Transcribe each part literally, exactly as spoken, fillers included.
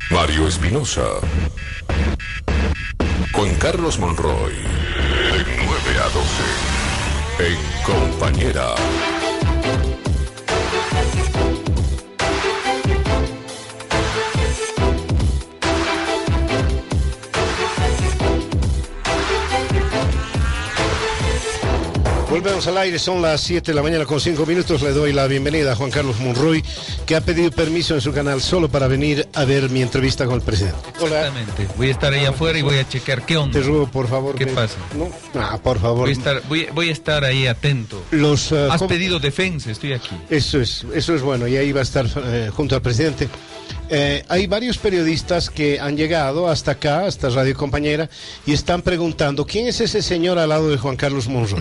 Mario Espinosa, Juan Carlos Monroy, de nueve a doce, en Compañera. Volvemos al aire, son las siete de la mañana con cinco minutos. Le doy la bienvenida a Juan Carlos Monroy, que ha pedido permiso en su canal solo para venir a ver mi entrevista con el presidente. Hola. Exactamente, voy a estar ahí afuera y voy a checar qué onda. Te ruego, por favor. ¿Qué me... pasa? No, ah, por favor. Voy a estar, voy, voy a estar ahí atento. Los, uh, Has ¿cómo? pedido defensa, estoy aquí. Eso es, eso es bueno, y ahí va a estar eh, junto al presidente. Eh, hay varios periodistas que han llegado hasta acá, hasta Radio Compañera, y están preguntando, ¿quién es ese señor al lado de Juan Carlos Monroy?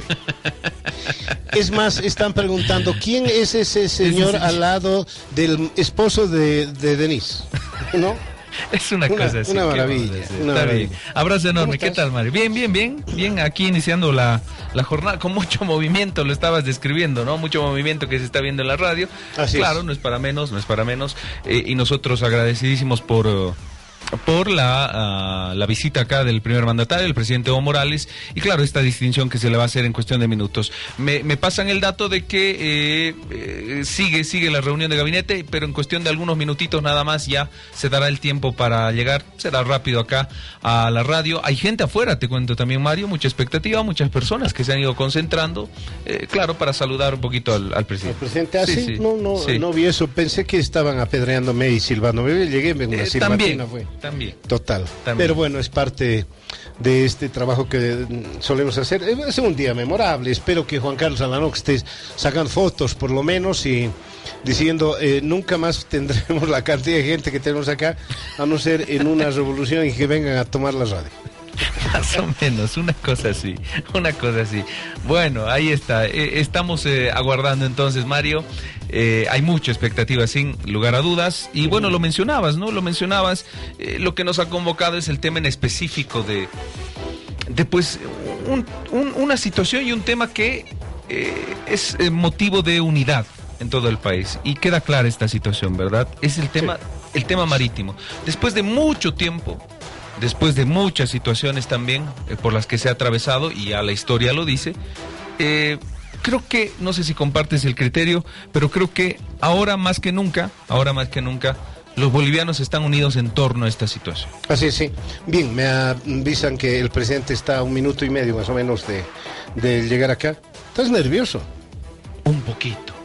Es más, están preguntando, ¿quién es ese señor al lado del esposo de, de Denise? ¿No? Es una, una cosa así. Una maravilla. Una Está maravilla. bien. Abrazo enorme. ¿Qué tal, Mario? Bien, bien, bien. Bien, aquí iniciando la, la jornada con mucho movimiento, lo estabas describiendo, ¿no? Mucho movimiento que se está viendo en la radio. Así claro, es. no es para menos, no es para menos. Eh, y nosotros agradecidísimos por... Uh, por la, uh, la visita acá del primer mandatario, el presidente Evo Morales, y claro, esta distinción que se le va a hacer en cuestión de minutos. Me, me pasan el dato de que eh, eh, sigue, sigue la reunión de gabinete, pero en cuestión de algunos minutitos nada más ya se dará el tiempo para llegar, será rápido acá a la radio. Hay gente afuera, te cuento también, Mario, mucha expectativa, muchas personas que se han ido concentrando, eh, claro, para saludar un poquito al, al presidente. ¿El presidente así? Sí, sí, no, no, sí. no vi eso, pensé que estaban apedreándome y silbándome, llegué en una Eh, silbatina también, fue. también. Total. También. Pero bueno, es parte de este trabajo que mm, solemos hacer. Es un día memorable. Espero que Juan Carlos Alanoc esté sacando fotos por lo menos y diciendo eh, nunca más tendremos la cantidad de gente que tenemos acá, a no ser en una revolución y que vengan a tomar la radio. Más o menos, una cosa así, una cosa así. Bueno, ahí está, eh, estamos eh, aguardando entonces, Mario, eh, hay mucha expectativa sin lugar a dudas, y bueno, lo mencionabas, ¿no? Lo mencionabas, eh, lo que nos ha convocado es el tema en específico de, de pues, un, un, una situación y un tema que eh, es eh, motivo de unidad en todo el país, y queda clara esta situación, ¿verdad? Es el tema, sí. el tema marítimo. Después de mucho tiempo, después de muchas situaciones también eh, por las que se ha atravesado, y ya la historia lo dice, eh, creo que, no sé si compartes el criterio, pero creo que ahora más que nunca, ahora más que nunca, los bolivianos están unidos en torno a esta situación. Así es, sí. Bien, me avisan que el presidente está a un minuto y medio más o menos de, de llegar acá. ¿Estás nervioso? Un poquito.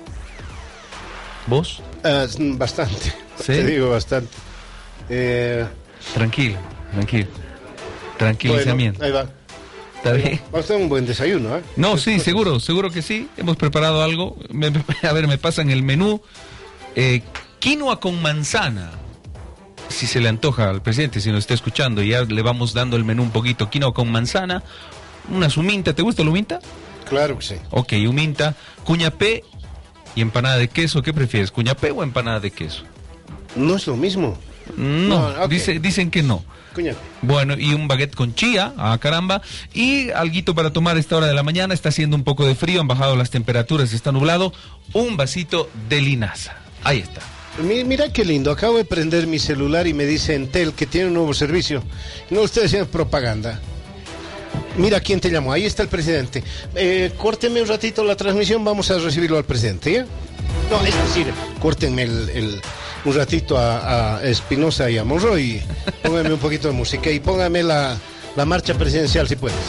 ¿Vos? Uh, bastante, ¿Sí? Te digo bastante. Eh... Tranquilo. Tranquilo. Tranquilizamiento. Bueno, ahí va. ¿Está bien? Vamos a tener un buen desayuno, ¿eh? No, sí, seguro, seguro que sí. Hemos preparado algo. Me, a ver, me pasan el menú. Eh, quinoa con manzana. Si se le antoja al presidente, si nos está escuchando, ya le vamos dando el menú un poquito. Quinoa con manzana. Una suminta. ¿Te gusta la huminta? Claro que sí. Ok, huminta. Cuñapé y empanada de queso. ¿Qué prefieres? ¿Cuñapé o empanada de queso? No es lo mismo. No, no okay. dice, dicen que no. Cuñapé. Bueno, y un baguette con chía, ah, caramba, y alguito para tomar a esta hora de la mañana. Está haciendo un poco de frío, han bajado las temperaturas, está nublado. Un vasito de linaza. Ahí está. Mira qué lindo, acabo de prender mi celular y me dice Entel que tiene un nuevo servicio. No, ustedes hacen propaganda. Mira quién te llamó, ahí está el presidente. Eh, córtenme un ratito la transmisión, vamos a recibirlo al presidente, ¿ya? No, es decir, córtenme el, el, un ratito a, a Espinosa y a Monroy, pónganme un poquito de música y póngame la, la marcha presidencial si puedes.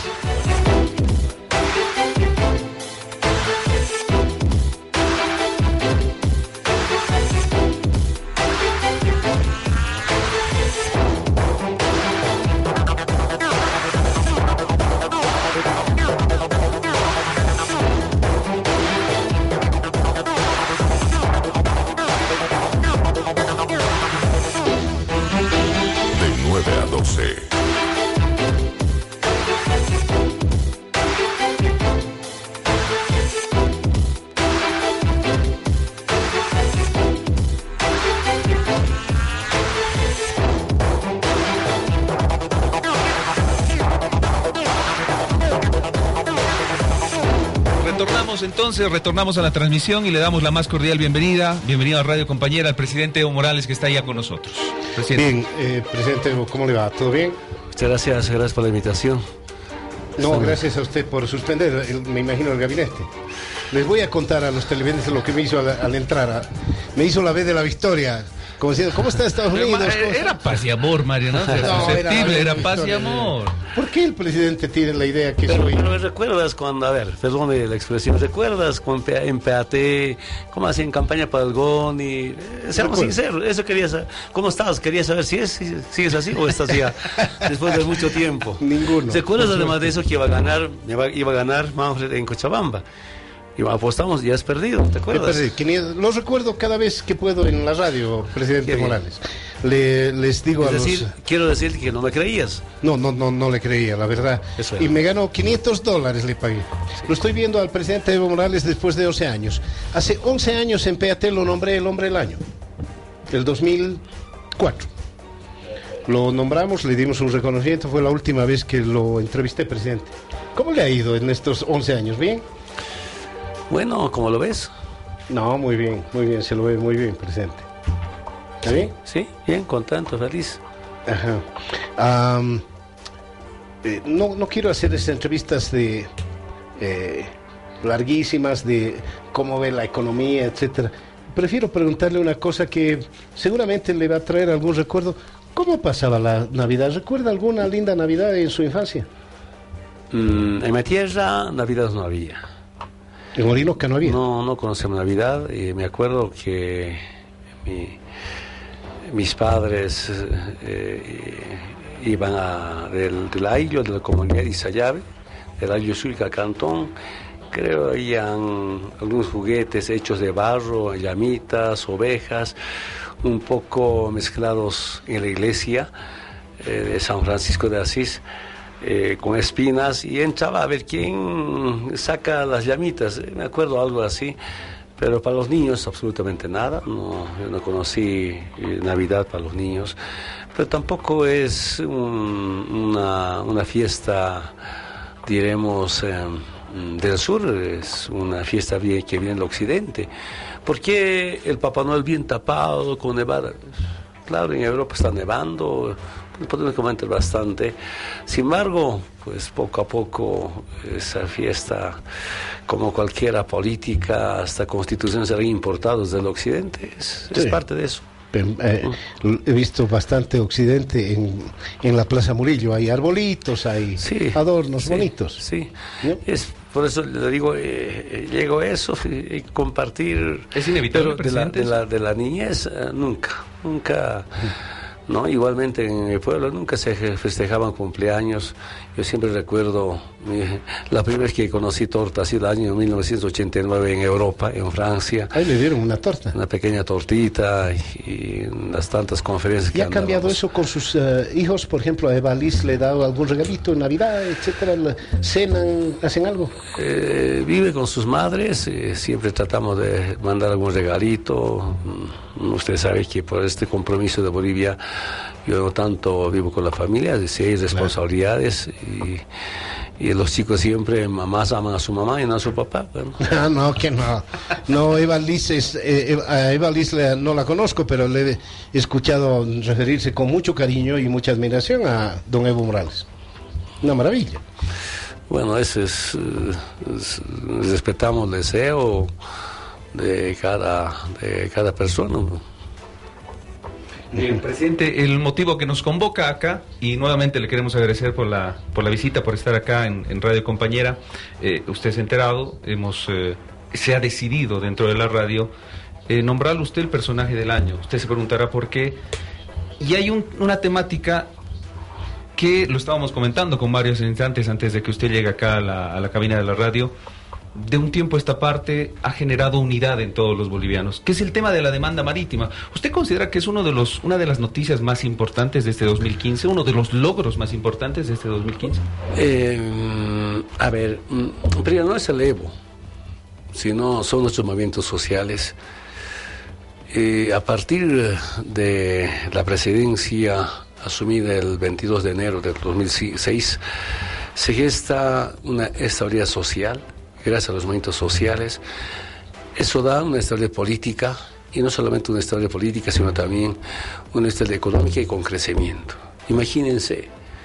Continuamos entonces, retornamos a la transmisión y le damos la más cordial bienvenida, bienvenido a Radio Compañera, al presidente Evo Morales, que está ya con nosotros. Presidente. Bien, eh, presidente Evo, ¿cómo le va? ¿Todo bien? Muchas gracias, gracias por la invitación. No, Son... gracias a usted por suspender, el, me imagino, el gabinete. Les voy a contar a los televidentes lo que me hizo al, al entrar. A, me hizo la vez de la victoria. Como diciendo, ¿cómo está Estados Unidos? Era, era paz y amor, Mario, ¿no? O sea, no, susceptible, era, era paz y amor. ¿Por qué el presidente tiene la idea que pero, soy? pero recuerdas cuando, a ver, perdone la expresión, ¿recuerdas cuando en P A T, cómo hacían campaña para el GONI? Eh, seamos sinceros, eso quería saber. ¿Cómo estás? Quería saber si, es, si sigues así o estás ya después de mucho tiempo. Ninguno. ¿Te acuerdas además de eso que iba a ganar, iba, iba a ganar Manfred en Cochabamba? Y apostamos, ya has perdido, ¿te acuerdas? Perdí, quinientos, lo recuerdo cada vez que puedo en la radio, presidente Morales. Le, les digo es a decir, los... quiero decir que no me creías. No, no, no, no le creía, la verdad. Y me ganó quinientos dólares, le pagué. Sí. Lo estoy viendo al presidente Evo Morales después de once años. Hace once años en P A T lo nombré el hombre del año, el dos mil cuatro. Lo nombramos, le dimos un reconocimiento, fue la última vez que lo entrevisté, presidente. ¿Cómo le ha ido en estos once años? ¿Bien? Bueno, ¿cómo lo ves? No, muy bien, muy bien, se lo ve muy bien, presidente. ¿Está bien? Sí, bien, contento, feliz. Ajá. Um, eh, no, no quiero hacer estas entrevistas de eh, larguísimas de cómo ve la economía, etcétera. Prefiero preguntarle una cosa que seguramente le va a traer algún recuerdo. ¿Cómo pasaba la Navidad? ¿Recuerda alguna linda Navidad en su infancia? Mm, en mi tierra, Navidad no había. ¿En Orinoca no había? No, no conocemos Navidad. Y me acuerdo que mi, mis padres eh, iban a, del, del Ayllo, de la comunidad de Isayave, del Ayllo Sulca Cantón. Creo habían algunos juguetes hechos de barro, llamitas, ovejas, un poco mezclados en la iglesia eh, de San Francisco de Asís. Eh, con espinas, y entraba a ver quién saca las llamitas, me acuerdo algo así, pero para los niños absolutamente nada. No, yo no conocí eh, Navidad para los niños, pero tampoco es un, una, una fiesta, diremos, eh, del sur, es una fiesta bien, que viene del occidente. ¿Por qué el Papá Noel bien tapado, con nevada? Claro, en Europa está nevando, podemos comentar bastante. Sin embargo, pues poco a poco esa fiesta, como cualquiera política, hasta constituciones serán importados del occidente, es, sí. es parte de eso. Eh, he visto bastante occidente en, en la Plaza Murillo, hay arbolitos, hay sí, adornos sí, bonitos. Sí, ¿no? Es por eso le digo, eh, llego a eso y compartir. Es inevitable, pero de la, de la de la niñez eh, nunca, nunca. ¿No? Igualmente en el pueblo nunca se festejaban cumpleaños. Yo siempre recuerdo mi, la primera vez que conocí torta ha sido el año mil novecientos ochenta y nueve en Europa, en Francia. Ahí le dieron una torta. Una pequeña tortita y, y unas tantas conferencias. ¿Y ha cambiado eso con sus uh, hijos? Por ejemplo, a Eva Liz le da algún regalito en Navidad, etcétera, cenan, hacen algo. Eh, vive con sus madres, eh, siempre tratamos de mandar algún regalito. Usted sabe que por este compromiso de Bolivia yo no tanto vivo con la familia, si hay responsabilidades y, y los chicos siempre, mamás aman a su mamá y no a su papá. Bueno. Ah, no, que no. No, Eva Liz, es, eh, a Eva Liz le, no la conozco, pero le he escuchado referirse con mucho cariño y mucha admiración a don Evo Morales. Una maravilla. Bueno, eso es, es respetamos el deseo de cada, de cada persona. Bien, presidente, el motivo que nos convoca acá, y nuevamente le queremos agradecer por la por la visita, por estar acá en, en Radio Compañera. Eh, usted se ha enterado, hemos eh, se ha decidido dentro de la radio eh, nombrarle usted el personaje del año. Usted se preguntará por qué. Y hay un, una temática que lo estábamos comentando con varios instantes antes de que usted llegue acá a la, a la cabina de la radio. De un tiempo a esta parte ha generado unidad en todos los bolivianos, que es el tema de la demanda marítima. ¿Usted considera que es uno de los, una de las noticias más importantes de este dos mil quince, uno de los logros más importantes de este dos mil quince? Eh, a ver, primero no es el Evo, sino son nuestros movimientos sociales. Eh, a partir de la presidencia asumida el veintidós de enero del dos mil seis, se gesta una estabilidad social gracias a los movimientos sociales. Eso da una estabilidad política, y no solamente una estabilidad política, sino también una estabilidad económica y con crecimiento. Imagínense,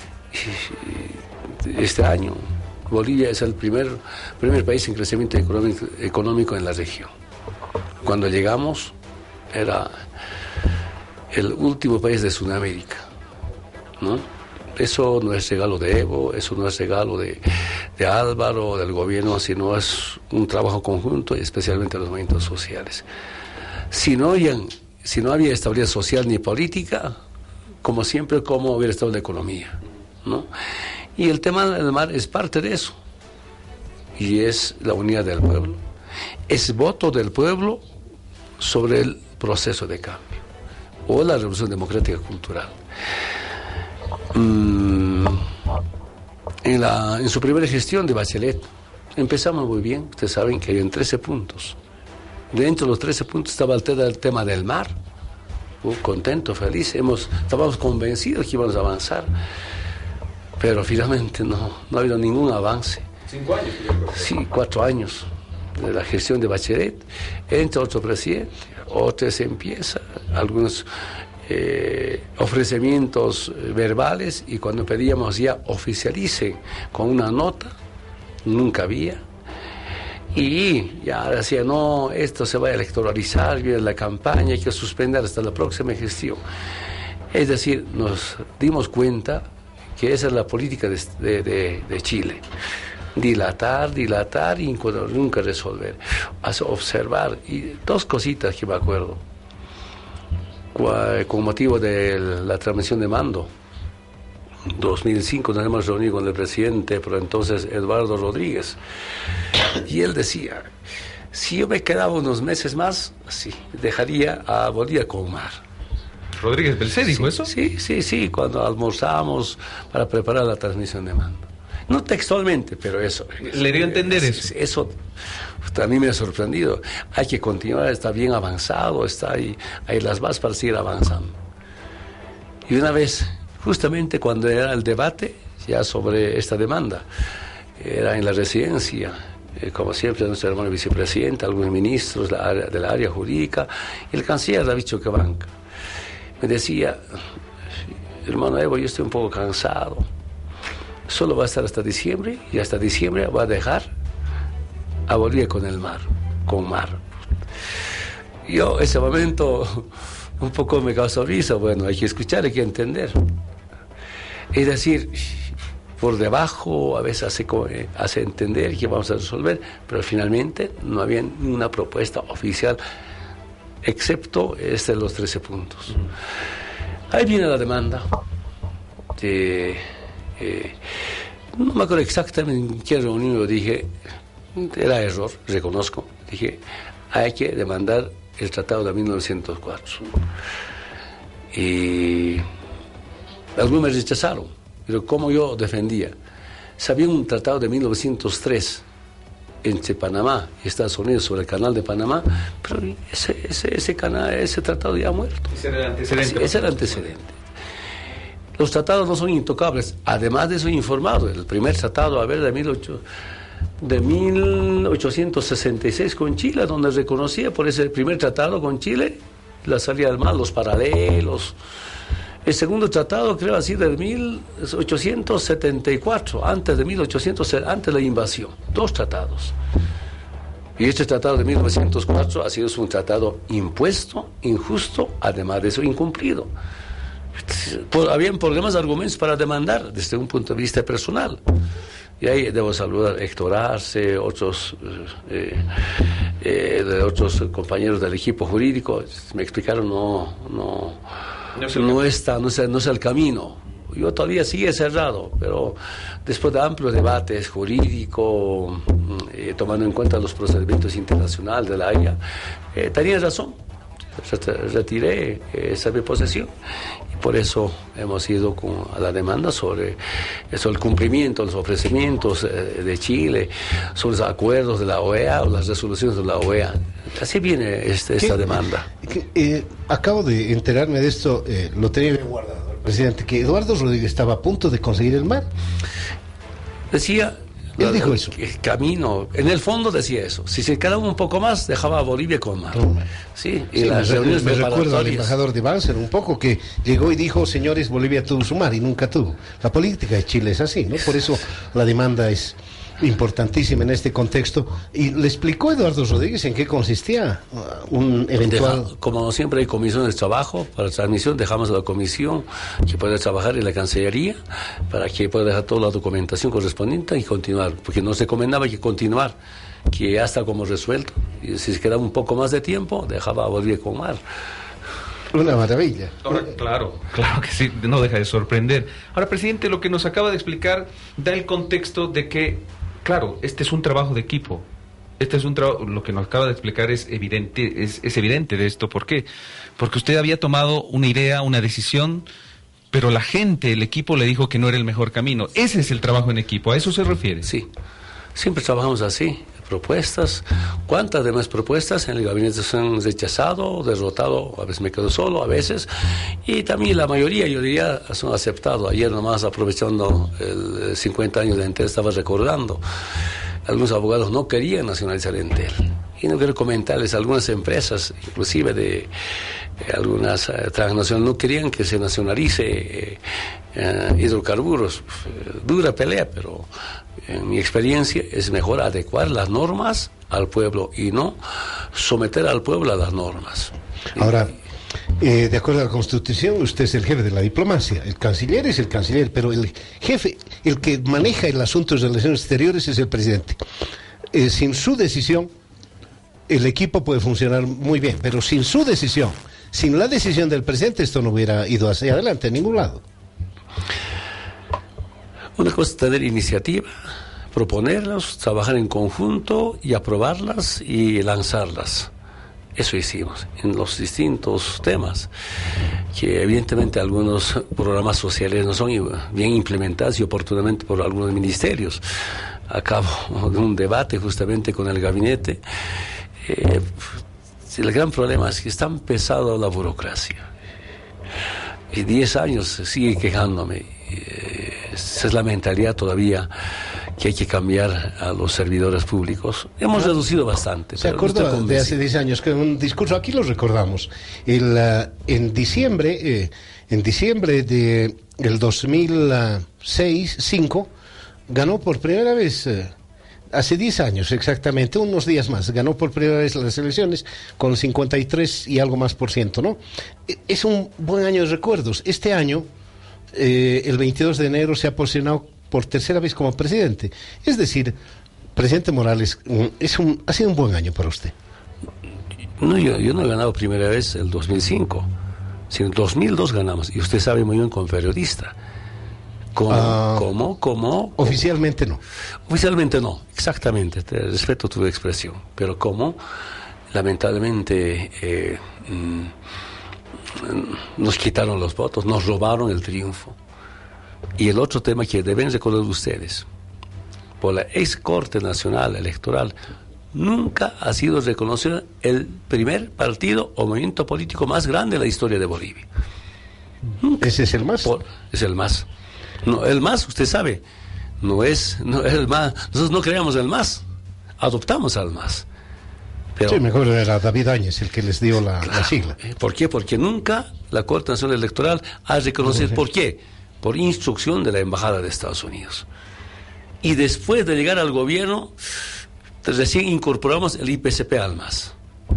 este año Bolivia es el primer, primer país en crecimiento económico, económico en la región. Cuando llegamos era el último país de Sudamérica, ¿no? Eso no es regalo de Evo, eso no es regalo de, de Álvaro, del gobierno, sino es un trabajo conjunto, y especialmente los movimientos sociales. Si no, había, si no había estabilidad social ni política, como siempre, ¿cómo hubiera estado la economía, ¿no? Y el tema del mar es parte de eso, y es la unidad del pueblo, es voto del pueblo sobre el proceso de cambio, o la revolución democrática cultural. Mm, en, la, en su primera gestión de Bachelet empezamos muy bien. Ustedes saben que habían trece puntos. Dentro de los trece puntos estaba el, el tema del mar. Uh, contento, feliz. Hemos, estábamos convencidos que íbamos a avanzar, pero finalmente no, no ha habido ningún avance. ¿Cinco años? Sí, cuatro años de la gestión de Bachelet. Entra otro presidente, otro se empieza, algunos Eh, ofrecimientos verbales, y cuando pedíamos ya oficialicen con una nota, nunca había. Y ya decía, no, esto se va a electoralizar, viene la campaña, hay que suspender hasta la próxima gestión. Es decir, nos dimos cuenta que esa es la política de, de, de, de Chile: dilatar, dilatar y nunca resolver, observar. Y dos cositas que me acuerdo con motivo de la transmisión de mando. dos mil cinco nos hemos reunido con el presidente, pero entonces Eduardo Rodríguez, y él decía, si yo me quedaba unos meses más, sí, dejaría a Bolivia con mar. ¿Rodríguez Belcé dijo sí, eso? Sí, sí, sí, cuando almorzamos para preparar la transmisión de mando. No textualmente, pero eso. ¿Le dio a entender eso? Eso a mí me ha sorprendido. Hay que continuar, está bien avanzado, está ahí, hay las bases para seguir avanzando. Y una vez, justamente cuando era el debate ya sobre esta demanda, era en la residencia, eh, como siempre, nuestro hermano vicepresidente, algunos ministros de la área, de la área jurídica, y el canciller David Choquebanca. Me decía, hermano Evo, yo estoy un poco cansado. Solo va a estar hasta diciembre, y hasta diciembre va a dejar a Bolivia con el mar, con mar. Yo, ese momento, un poco me causó risa. Bueno, hay que escuchar, hay que entender. Es decir, por debajo a veces hace, hace entender que vamos a resolver, pero finalmente no había ninguna propuesta oficial, excepto este de los trece puntos. Ahí viene la demanda. De, eh, no me acuerdo exactamente en qué reunión lo dije, era error, reconozco. Dije, hay que demandar el tratado de mil novecientos cuatro. Y algunos me rechazaron, pero como yo defendía, sabía un tratado de mil novecientos tres entre Panamá y Estados Unidos sobre el canal de Panamá, pero ese, ese, ese, canal, ese tratado ya ha muerto. Ese era el antecedente. Ese era el antecedente. Los tratados no son intocables. Además de eso, informado, el primer tratado, a ver, de, de mil ochocientos sesenta y seis con Chile, donde reconocía por ese primer tratado con Chile la salida del mar, los paralelos. El segundo tratado, creo así, de mil ochocientos setenta y cuatro, antes de mil ochocientos, antes de la invasión. Dos tratados. Y este tratado de mil novecientos cuatro ha sido un tratado impuesto, injusto, además de eso incumplido. Por, habían problemas, argumentos para demandar desde un punto de vista personal. Y ahí debo saludar a Héctor Arce, otros, eh, eh, de otros compañeros del equipo jurídico. Me explicaron, no, no, no, es, no, está, no, es, no es el camino. Yo todavía sigue cerrado, pero después de amplios debates jurídicos, eh, tomando en cuenta los procedimientos internacionales de la Haya, eh, tenía razón. Retiré esa mi posesión, y por eso hemos ido con, a la demanda sobre eso, el cumplimiento, los ofrecimientos eh, de Chile, sobre los acuerdos de la O E A o las resoluciones de la O E A. Así viene este, esta demanda. Que, eh, acabo de enterarme de esto, eh, lo tenía bien guardado el presidente, que Eduardo Rodríguez estaba a punto de conseguir el mar. Decía, Él dijo eso. El camino, en el fondo decía eso. Si se quedaba un poco más, dejaba a Bolivia con mar. No. Sí, y Sí, las me, reuniones me recuerdo al preparatorias. embajador de Banzer un poco que llegó y dijo, señores, Bolivia tuvo su mar y nunca tuvo. La política de Chile es así, ¿no? Por eso la demanda es importantísima en este contexto. Y le explicó Eduardo Rodríguez en qué consistía uh, un eventual... Deja, como siempre hay comisiones de trabajo para transmisión, dejamos a la comisión que pueda trabajar en la Cancillería para que pueda dejar toda la documentación correspondiente y continuar, porque nos recomendaba que continuar, que ya está como resuelto, y si se quedaba un poco más de tiempo, dejaba a Bolivia con mar. Una maravilla. Ahora, claro, claro que sí, no deja de sorprender. Ahora, presidente, lo que nos acaba de explicar da el contexto de que, claro, este es un trabajo de equipo. Este es un trabajo, lo que nos acaba de explicar es evidente, es, es evidente de esto. ¿Por qué? Porque usted había tomado una idea, una decisión, pero la gente, el equipo le dijo que no era el mejor camino. Ese es el trabajo en equipo, ¿a eso se refiere? Sí, siempre trabajamos así. Propuestas, cuántas demás propuestas en el gabinete se han rechazado, derrotado, a veces me quedo solo, a veces, y también la mayoría, yo diría, son aceptados. Ayer nomás, aprovechando el cincuenta años de Entel, estaba recordando, algunos abogados no querían nacionalizar Entel, y no quiero comentarles, algunas empresas, inclusive de eh, algunas eh, transnacionales, no querían que se nacionalice eh, eh, hidrocarburos. Eh, dura pelea, pero en mi experiencia es mejor adecuar las normas al pueblo y no someter al pueblo a las normas. Ahora, eh, de acuerdo a la Constitución, usted es el jefe de la diplomacia, el canciller es el canciller, pero el jefe, el que maneja el asunto de relaciones exteriores es el presidente. Eh, sin su decisión, el equipo puede funcionar muy bien, pero sin su decisión, sin la decisión del presidente, esto no hubiera ido hacia adelante, a ningún lado. Una cosa es tener iniciativa, proponerlas, trabajar en conjunto y aprobarlas y lanzarlas. Eso hicimos en los distintos temas, que evidentemente algunos programas sociales no son bien implementados y oportunamente por algunos ministerios. Acabo de un debate justamente con el gabinete. Eh, el gran problema es que es tan pesada la burocracia. Y diez años sigue quejándome. Eh, esa es la mentalidad todavía que hay que cambiar a los servidores públicos. Hemos reducido bastante. ¿Se acuerda de hace diez años que en un discurso, aquí lo recordamos, el, uh, en diciembre, eh, en diciembre de el dos mil seis, cinco, ganó por primera vez, eh, hace diez años exactamente, unos días más, ganó por primera vez las elecciones con cincuenta y tres y algo más por ciento, ¿no? Es un buen año de recuerdos. Este año, eh, el veintidós de enero, se ha posicionado por tercera vez como presidente. Es decir, presidente Morales, es un, ha sido un buen año para usted. No, yo, yo no he ganado primera vez el dos mil cinco, sino en dos mil dos ganamos, y usted sabe muy bien como periodista. ¿Cómo? Uh, ¿Cómo? ¿Cómo? Oficialmente no. Oficialmente no, exactamente, te respeto tu expresión, pero ¿cómo? Lamentablemente eh, mm, nos quitaron los votos, nos robaron el triunfo. Y el otro tema que deben recordar ustedes, por la ex Corte Nacional Electoral, nunca ha sido reconocido el primer partido o movimiento político más grande de la historia de Bolivia. Nunca. ¿Ese es el MAS? Por, es el MAS. No, el MAS, usted sabe, no es, no es el MAS. Nosotros no creamos el MAS, adoptamos al MAS. Pero, sí, mejor era David Áñez el que les dio la, claro, la sigla. ¿Por qué? Porque nunca la Corte Nacional Electoral ha reconocido. ¿Por qué? Por instrucción de la Embajada de Estados Unidos. Y después de llegar al gobierno, recién incorporamos el I P C P al MAS.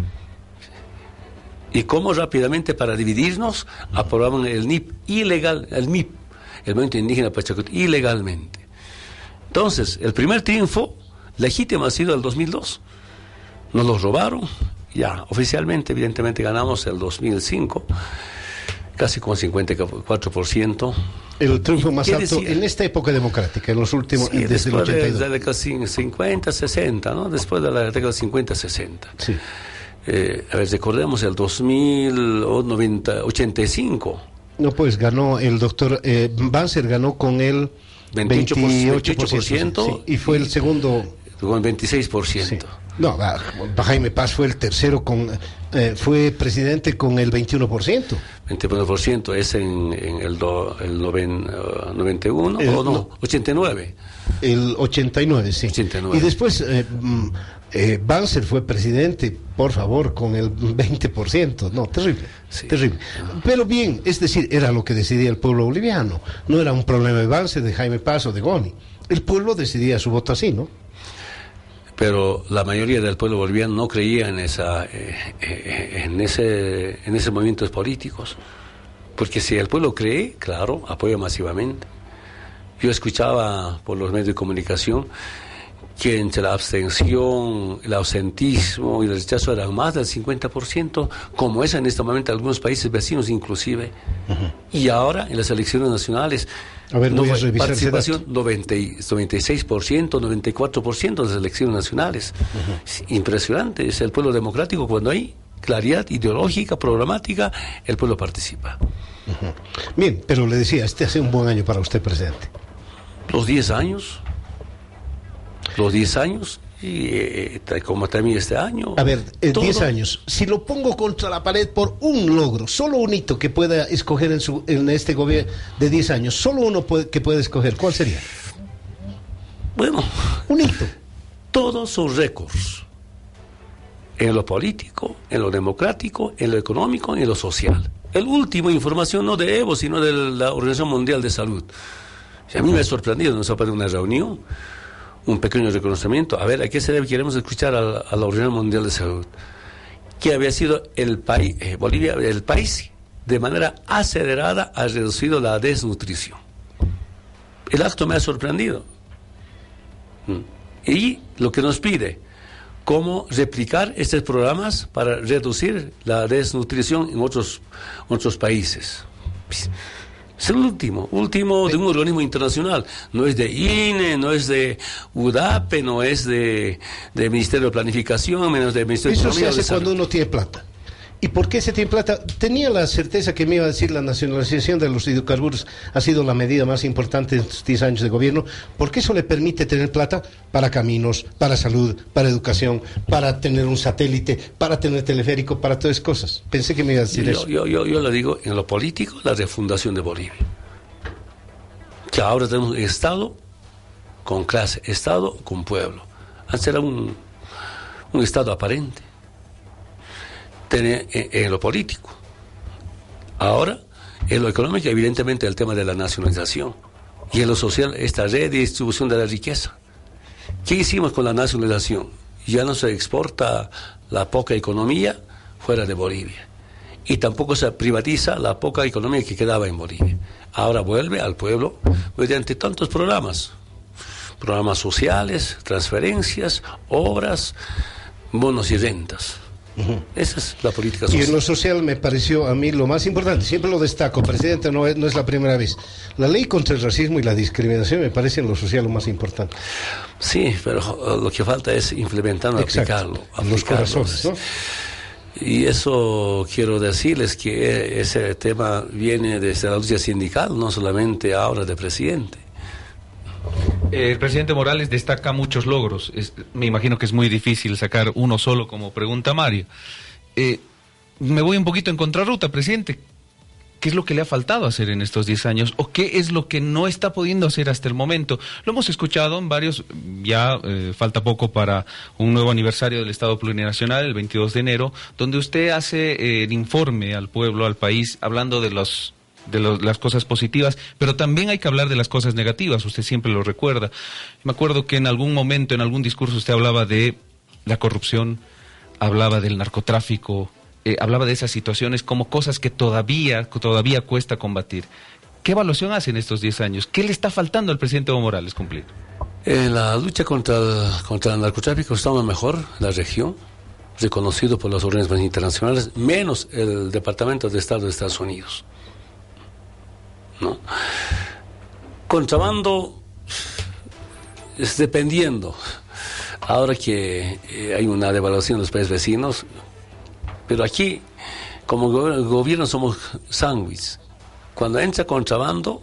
Y cómo rápidamente, para dividirnos, aprobaron el N I P ilegal, el M I P, el Movimiento Indígena Pachacuti, ilegalmente. Entonces, el primer triunfo legítimo ha sido el dos mil dos. Nos los robaron, ya, oficialmente, evidentemente, ganamos el dos mil cinco, casi con cincuenta y cuatro por ciento. El triunfo más alto decir? En esta época democrática, en los últimos, sí, desde el ochenta y dos. De la década cincuenta, sesenta, ¿no? Después de la década cincuenta, sesenta. Sí. Eh, a ver, recordemos el dos mil ochenta y cinco. No, pues ganó el doctor eh, Banzer, ganó con el veintiocho por ciento, veintiocho por ciento sí, y fue el segundo. Con el veintiséis por ciento. Sí. No, Jaime Paz fue el tercero, con eh, fue presidente con el veintiuno por ciento. veintiuno por ciento es en, en el, do, el noven, uh, noventa y uno, el, o no, no, ochenta y nueve. El ochenta y nueve, sí. ochenta y nueve. Y después eh, eh, Banzer fue presidente, por favor, con el veinte por ciento. No, terrible, sí. terrible. Pero bien, es decir, era lo que decidía el pueblo boliviano. No era un problema de Banzer, de Jaime Paz o de Goni. El pueblo decidía su voto así, ¿no? Pero la mayoría del pueblo boliviano no creía en esa eh, eh, en ese en esos movimientos políticos, porque si el pueblo cree, claro, apoya masivamente. Yo escuchaba por los medios de comunicación que entre la abstención, el ausentismo y el rechazo eran más del cincuenta por ciento, como es en este momento en algunos países vecinos inclusive. Uh-huh. Y ahora en las elecciones nacionales, a ver, voy a revisar participación noventa, noventa y seis por ciento, noventa y cuatro por ciento de las elecciones nacionales. Uh-huh. Es impresionante, es el pueblo democrático. Cuando hay claridad ideológica, programática, el pueblo participa. Uh-huh. Bien, pero le decía, este hace un buen año para usted, presidente. Los diez años, los diez años, y eh, como también este año. A ver, eh, diez años, si lo pongo contra la pared por un logro, solo un hito que pueda escoger en, su, en este gobierno de diez años, solo uno puede, que puede escoger, ¿cuál sería? Bueno, un hito. Todos sus récords, en lo político, en lo democrático, en lo económico y en lo social. El último, información no de Evo, sino de la Organización Mundial de Salud. A mí me ha sorprendido, nos ha parecido una reunión, un pequeño reconocimiento. A ver, ¿a qué se debe? Queremos escuchar a la, a la Organización Mundial de Salud, que había sido el país, eh, Bolivia, el país, de manera acelerada, ha reducido la desnutrición. El acto me ha sorprendido. Y lo que nos pide, cómo replicar estos programas para reducir la desnutrición en otros, otros países. Es el último, último de un organismo internacional. No es de I N E, no es de U D A P E, no es de, de Ministerio de Planificación, menos del Ministerio de Economía. Eso se hace cuando uno tiene plata. ¿Y por qué se tiene plata? Tenía la certeza que me iba a decir la nacionalización de los hidrocarburos ha sido la medida más importante en estos diez años de gobierno, porque eso le permite tener plata para caminos, para salud, para educación, para tener un satélite, para tener teleférico, para todas esas cosas. Pensé que me iba a decir yo, eso. Yo, yo, yo le digo, en lo político, la refundación de Bolivia. Que ahora tenemos Estado con clase, Estado con pueblo. Antes era un, un Estado aparente. Tener en, en lo político. Ahora, en lo económico, evidentemente el tema de la nacionalización. Y en lo social, esta redistribución de la riqueza. ¿Qué hicimos con la nacionalización? Ya no se exporta la poca economía fuera de Bolivia. Y tampoco se privatiza la poca economía que quedaba en Bolivia. Ahora vuelve al pueblo mediante tantos programas. Programas sociales, transferencias, obras, bonos y rentas. Uh-huh. Esa es la política social. Y en lo social me pareció a mí lo más importante, siempre lo destaco, presidente, no es, no es la primera vez. La ley contra el racismo y la discriminación me parece en lo social lo más importante. Sí, pero lo que falta es implementarlo, aplicarlo. aplicarlo. Los corazones, ¿no? Y eso quiero decirles que ese tema viene desde la lucha sindical, no solamente ahora de presidente. El presidente Morales destaca muchos logros. Es, me imagino que es muy difícil sacar uno solo, como pregunta Mario. Eh, me voy un poquito en contrarruta, presidente. ¿Qué es lo que le ha faltado hacer en estos diez años? ¿O qué es lo que no está pudiendo hacer hasta el momento? Lo hemos escuchado en varios, ya eh, falta poco para un nuevo aniversario del Estado Plurinacional, el veintidós de enero, donde usted hace eh, el informe al pueblo, al país, hablando de los... de lo, las cosas positivas, pero también hay que hablar de las cosas negativas, usted siempre lo recuerda. Me acuerdo que en algún momento, en algún discurso, usted hablaba de la corrupción, hablaba del narcotráfico, eh, hablaba de esas situaciones como cosas que todavía, todavía cuesta combatir. ¿Qué evaluación hace en estos diez años? ¿Qué le está faltando al presidente Evo Morales cumplir? En la lucha contra el, contra el narcotráfico estamos mejor, la región, reconocido por los organismos internacionales, menos el Departamento de Estado de Estados Unidos. ¿No? Contrabando es dependiendo. Ahora que eh, hay una devaluación en los países vecinos, pero aquí, como go- gobierno, somos sándwich. Cuando entra contrabando,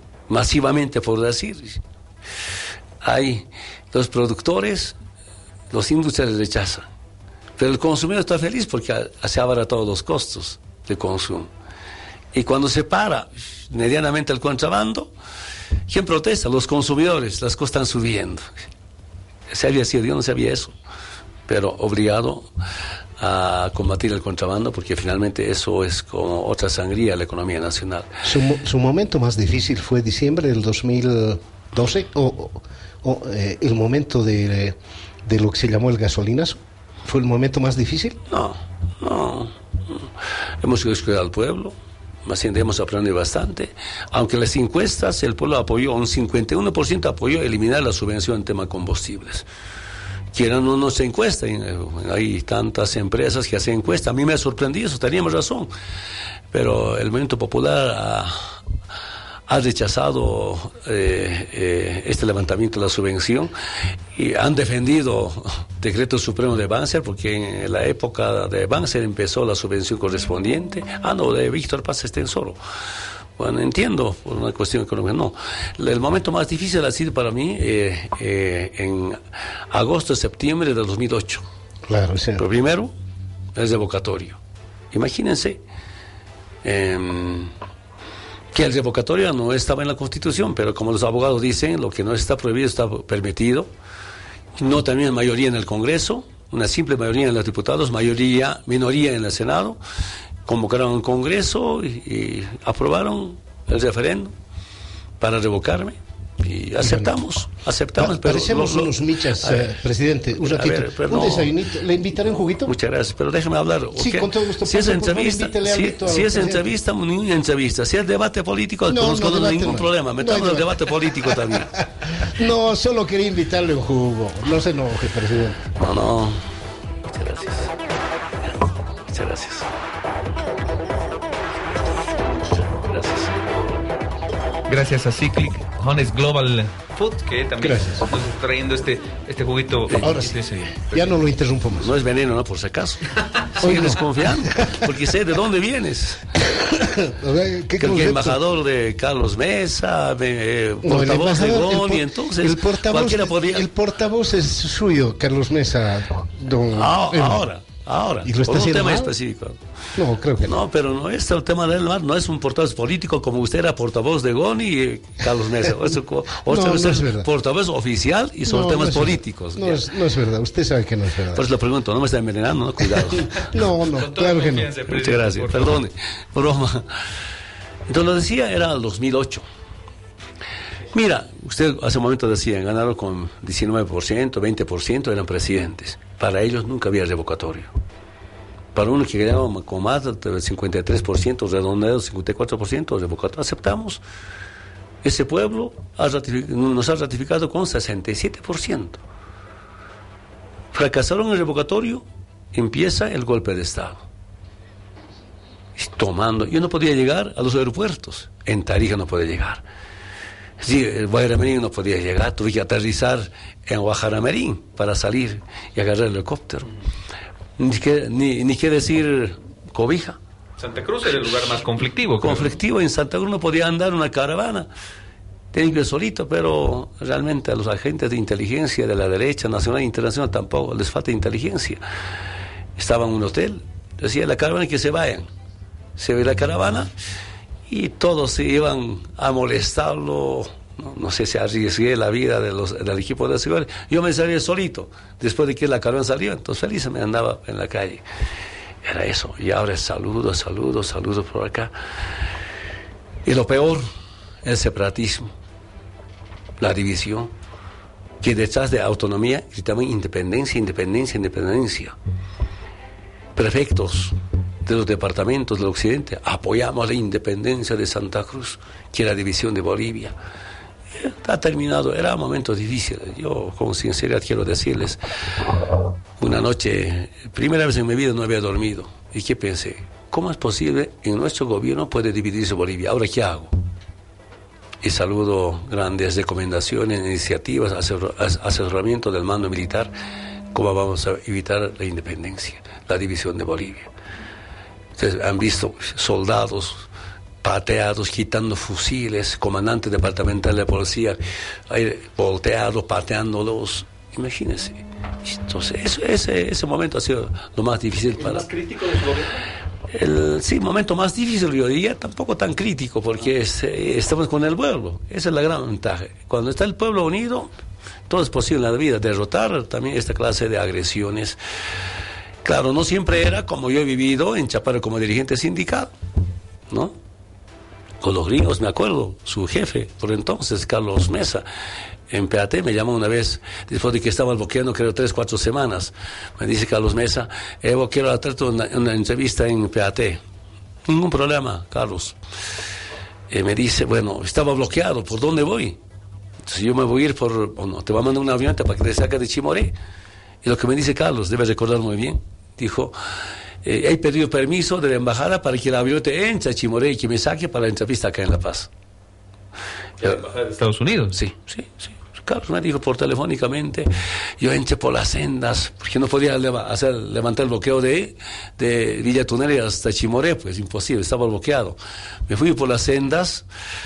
masivamente, por decir, hay los productores los industriales rechazan. Pero el consumidor está feliz porque se abaratan los costos de consumo. Y cuando se para medianamente el contrabando, ¿quién protesta? Los consumidores, las cosas están subiendo. Se había sido, yo no sabía eso, pero obligado a combatir el contrabando porque finalmente eso es como otra sangría a la economía nacional. ¿Su, su momento más difícil fue diciembre del dos mil doce o, o, o eh, el momento de, de lo que se llamó el gasolinazo? ¿Fue el momento más difícil? No, no. Hemos escuchado al pueblo, más bien hemos aprendido bastante. Aunque las encuestas, el pueblo apoyó, un cincuenta y uno por ciento apoyó eliminar la subvención en tema combustibles. Quieran o no se encuesta, hay tantas empresas que hacen encuesta. A mí me ha sorprendido eso, teníamos razón. Pero el movimiento popular ha, ha rechazado eh, eh, este levantamiento de la subvención y han defendido decreto supremo de Banzer, porque en la época de Banzer empezó la subvención correspondiente. Ah, no, de Víctor Paz Estensoro. Bueno, entiendo, por una cuestión económica, no. El momento más difícil ha sido para mí eh, eh, en agosto, septiembre de dos mil ocho. Claro, sí. Pero primero, el revocatorio. Imagínense eh, que el revocatorio no estaba en la Constitución, pero como los abogados dicen, lo que no está prohibido está permitido. No también mayoría en el Congreso, una simple mayoría en los diputados, mayoría, minoría en el Senado. Convocaron un congreso y, y aprobaron el referéndum para revocarme y aceptamos, aceptamos. Pa parecemos pero unos michas, eh, presidente, un ratito, ver, un no, desayunito, ¿le invitaré un juguito? Muchas gracias, pero déjeme hablar. Sí, okay. con todo gusto. Si es entrevista, si, si es entrevista, ninguna entrevista. Si es debate político, no, conozco no, debate ningún no. problema, metamos no el debate político también. No, solo quería invitarle un jugo, no se enoje, presidente. No, no, muchas gracias. Muchas gracias. Gracias a Cyclic Honest Global Food, que también Gracias. nos está trayendo este, este juguito. Ahora sí, ya no lo interrumpo más. No es veneno, ¿no? Por si acaso. Sigue no. desconfiando, porque sé de dónde vienes. ¿Qué que el embajador de Carlos Mesa, eh, no, portavoz de Goni, el, entonces el portavoz, podría... el portavoz es suyo, Carlos Mesa. Don, ah, ahora. Ahora, ¿y lo está por un tema mal? específico. No, creo que no. No, pero no es el tema del mar, no es un portavoz político como usted era portavoz de Goni y Carlos Mesa. O sea, o no, no es verdad. Portavoz oficial y son no, temas no es políticos. No es, no es verdad, usted sabe que no es verdad. Por eso le pregunto, no me está envenenando, ¿no? Cuidado. no, no, claro que no. Muchas gracias, perdone, broma. Entonces lo decía, era el dos mil ocho. Mira, usted hace un momento decía, ganaron con diecinueve por ciento, veinte por ciento, eran presidentes. Para ellos nunca había revocatorio. Para uno que ganaba con más del cincuenta y tres por ciento, redondeado cincuenta y cuatro por ciento, revocatorio, aceptamos. Ese pueblo ha nos ha ratificado con sesenta y siete por ciento. Fracasaron el revocatorio, empieza el golpe de Estado. Tomando, yo no podía llegar a los aeropuertos, en Tarija no podía llegar. Sí, el Guayramerín no podía llegar, tuve que aterrizar en Guajaramerín para salir y agarrar el helicóptero. Ni que, ni, ni que decir Cobija. Santa Cruz era el lugar más conflictivo. Creo. Conflictivo, en Santa Cruz no podía andar una caravana. Tenía que ir solito, pero realmente a los agentes de inteligencia de la derecha, nacional e internacional, tampoco les falta inteligencia. Estaba en un hotel, decía la caravana que se vayan. Se ve la caravana y todos se iban a molestarlo. No, no sé si arriesgué la vida de los, del equipo de seguridad. Yo me salí solito, después de que la caravana salió, entonces feliz me andaba en la calle. Era eso, y ahora es saludos, saludos, saludos por acá. Y lo peor, el separatismo, la división, que detrás de autonomía gritaban independencia, independencia, independencia. Prefectos de los departamentos del occidente, apoyamos la independencia de Santa Cruz, que era división de Bolivia. Ha terminado, era un momento difícil. Yo con sinceridad quiero decirles, una noche, primera vez en mi vida no había dormido. ¿Y qué pensé? ¿Cómo es posible en nuestro gobierno puede dividirse Bolivia? ¿Ahora qué hago? Y saludo grandes recomendaciones, iniciativas, asesoramiento del mando militar, cómo vamos a evitar la independencia, la división de Bolivia. Ustedes han visto soldados pateados, quitando fusiles, comandante departamental de policía, volteados, pateándolos. Imagínense. Entonces, eso, ese, ese momento ha sido lo más difícil para... ¿El más crítico de su gobierno? El sí, momento más difícil, yo diría, tampoco tan crítico, porque es, eh, estamos con el pueblo. Esa es la gran ventaja. Cuando está el pueblo unido, todo es posible en la vida. Derrotar también esta clase de agresiones. Claro, no siempre era como yo he vivido en Chapare como dirigente sindical, ¿no? Con los gringos, me acuerdo, su jefe, por entonces, Carlos Mesa, en P A T, me llamó una vez, después de que estaba bloqueando, creo, tres, cuatro semanas. Me dice Carlos Mesa, Evo, quiero hacerte una, una entrevista en P A T. Ningún problema, Carlos. Eh, me dice, bueno, estaba bloqueado, ¿por dónde voy? Entonces yo me voy a ir por, o no, te voy a mandar una avioneta para que te saque de Chimoré. Y lo que me dice Carlos, debes recordar muy bien, dijo, eh, he pedido permiso de la embajada para que el avión te entre a Chimoré y que me saque para la entrevista acá en La Paz. ¿La embajada de Estados Unidos? Sí, sí, sí. Carlos me dijo por telefónicamente, yo entré por las sendas, porque no podía leva hacer, levantar el bloqueo de, de Villa Tuneri hasta Chimoré, pues imposible, estaba bloqueado. Me fui por las sendas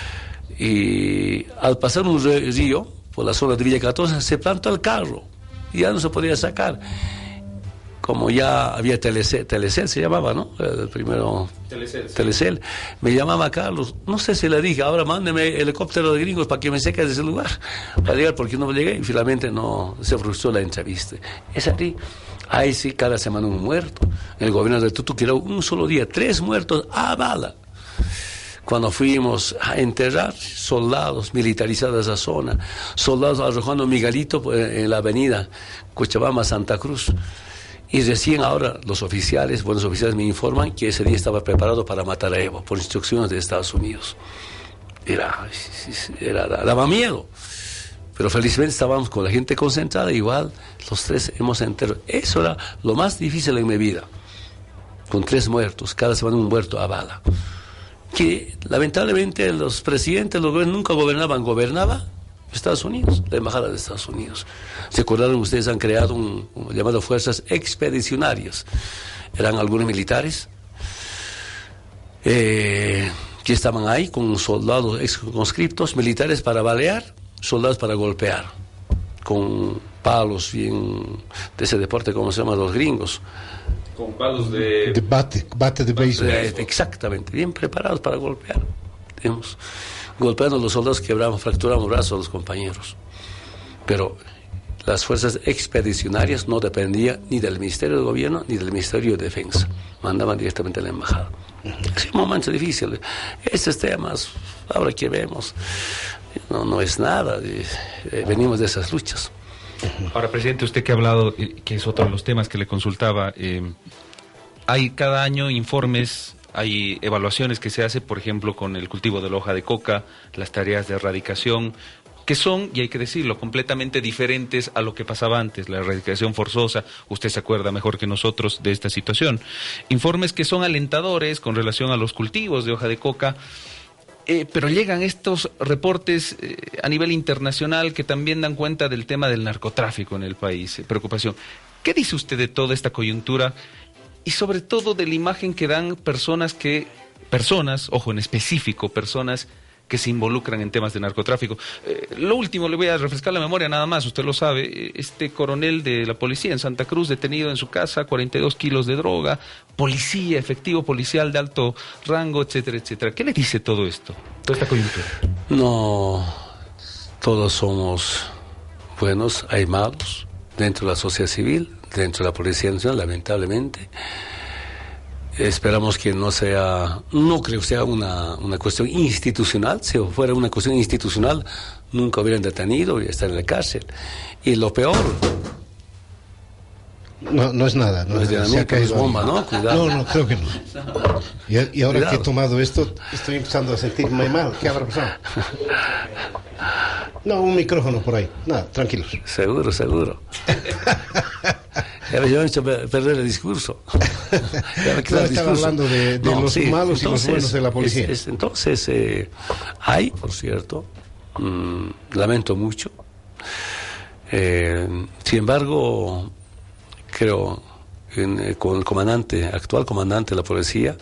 y al pasar un río, por la zona de Villa catorce, se plantó el carro y ya no se podía sacar. Como ya había Telecel, Telecel se llamaba, ¿no? El primero... Telecel. Sí. Telecel. Me llamaba Carlos, no sé si le dije, ahora mándeme helicóptero de gringos para que me saque de ese lugar, para llegar, porque no llegué, y finalmente no se frustró la entrevista. Es así, ahí sí, cada semana un muerto. El gobierno de Tutu quiero un solo día, tres muertos a bala. Cuando fuimos a enterrar, soldados militarizados esa zona, soldados arrojando migalito en la avenida Cochabamba-Santa Cruz. Y recién ahora los oficiales, buenos oficiales me informan que ese día estaba preparado para matar a Evo por instrucciones de Estados Unidos. Era, era, daba miedo. Pero felizmente estábamos con la gente concentrada, igual los tres hemos enterrado. Eso era lo más difícil en mi vida. Con tres muertos, cada semana un muerto a bala. Que lamentablemente los presidentes, los gobiernos nunca gobernaban, gobernaba Estados Unidos, la embajada de Estados Unidos. ¿Se acordaron? Ustedes han creado un, un llamado fuerzas expedicionarias. Eran algunos militares eh, que estaban ahí con soldados exconscriptos, militares para balear, soldados para golpear, con palos bien de ese deporte, ¿cómo se llama? Los gringos. Con palos de... de bate, bate de béisbol. Exactamente, bien preparados para golpear. Digamos, golpeando a los soldados, quebramos, fracturamos brazos a los compañeros. Pero las fuerzas expedicionarias no dependían ni del Ministerio de Gobierno ni del Ministerio de Defensa. Mandaban directamente a la embajada. Es un momento difícil. Estos temas, ahora que vemos, no, no es nada. Eh, venimos de esas luchas. Ahora, presidente, usted que ha hablado, eh, que es otro de los temas que le consultaba, eh, hay cada año informes, hay evaluaciones que se hace, por ejemplo, con el cultivo de la hoja de coca, las tareas de erradicación, que son, y hay que decirlo, completamente diferentes a lo que pasaba antes, la erradicación forzosa. Usted se acuerda mejor que nosotros de esta situación. Informes que son alentadores con relación a los cultivos de hoja de coca, eh, pero llegan estos reportes eh, a nivel internacional que también dan cuenta del tema del narcotráfico en el país, eh, preocupación. ¿Qué dice usted de toda esta coyuntura? Y sobre todo de la imagen que dan personas que, personas, ojo en específico, personas que se involucran en temas de narcotráfico. Eh, lo último, le voy a refrescar la memoria nada más, usted lo sabe, este coronel de la policía en Santa Cruz, detenido en su casa, cuarenta y dos kilos de droga, policía, efectivo policial de alto rango, etcétera, etcétera. ¿Qué le dice todo esto, toda esta coyuntura? No, todos somos buenos, hay malos, dentro de la sociedad civil, dentro de la Policía Nacional, lamentablemente. Esperamos que no sea, no creo que sea una, una cuestión institucional. Si fuera una cuestión institucional, nunca hubieran detenido y están en la cárcel. Y lo peor... No, no es nada. No, no es de se ha caído es bomba, ¿no? Cuidado. No, no, creo que no. Y, y ahora Cuidado. que he tomado esto, estoy empezando a sentirme mal. ¿Qué habrá pasado? No, un micrófono por ahí. Nada, tranquilos. Seguro, seguro. Ya me han hecho perder el discurso. Ya me No, estaba hablando de, de no, los sí, malos entonces, y los buenos de la policía. Es, es, entonces, eh, hay, por cierto, mmm, lamento mucho. Eh, sin embargo, creo en, eh, con el comandante, actual comandante de la policía,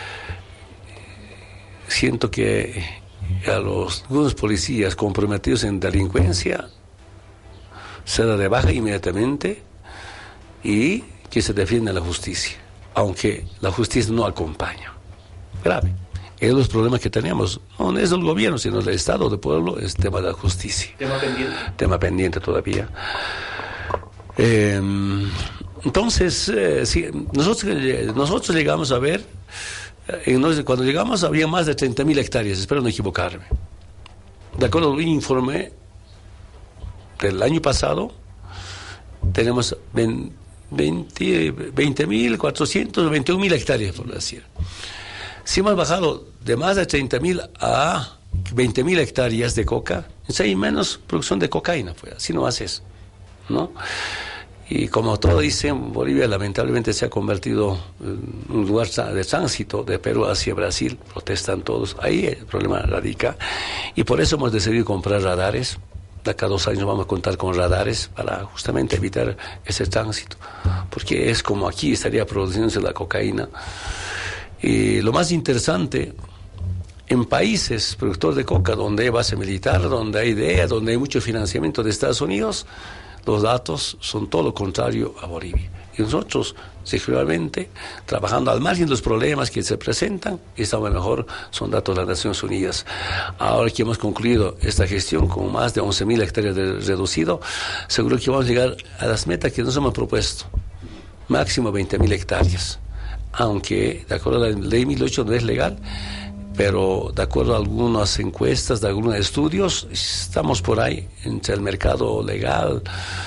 siento que a los algunos policías comprometidos en delincuencia se da de baja inmediatamente y que se defienda la justicia, aunque la justicia no acompaña. Grave. Es los problemas que tenemos. No es el gobierno, sino el Estado, del pueblo, es tema de la justicia. Tema pendiente. Tema pendiente todavía. Eh, entonces, eh, sí, nosotros, nosotros llegamos a ver, eh, cuando llegamos había más de treinta mil hectáreas, espero no equivocarme. De acuerdo al informe del año pasado, tenemos veinte mil cuatrocientos veintiún mil hectáreas, por decir. Si hemos bajado de más de treinta mil a veinte mil hectáreas de coca, hay menos producción de cocaína, pues así no haces, ¿no? Y como todo dicen, Bolivia lamentablemente se ha convertido en un lugar de tránsito de Perú hacia Brasil, protestan todos, ahí el problema radica, y por eso hemos decidido comprar radares. De acá a dos años vamos a contar con radares para justamente evitar ese tránsito, porque es como aquí estaría produciéndose la cocaína. Y lo más interesante, en países productores de coca, donde hay base militar, donde hay D E A, donde hay mucho financiamiento de Estados Unidos, los datos son todo lo contrario a Bolivia. Y nosotros, seguramente, trabajando al margen de los problemas que se presentan, estamos mejor, son datos de las Naciones Unidas. Ahora que hemos concluido esta gestión con más de once mil hectáreas de reducido, seguro que vamos a llegar a las metas que nos hemos propuesto, máximo veinte mil hectáreas. Aunque, de acuerdo a la ley mil ocho no es legal, pero de acuerdo a algunas encuestas, de algunos estudios, estamos por ahí, entre el mercado legal.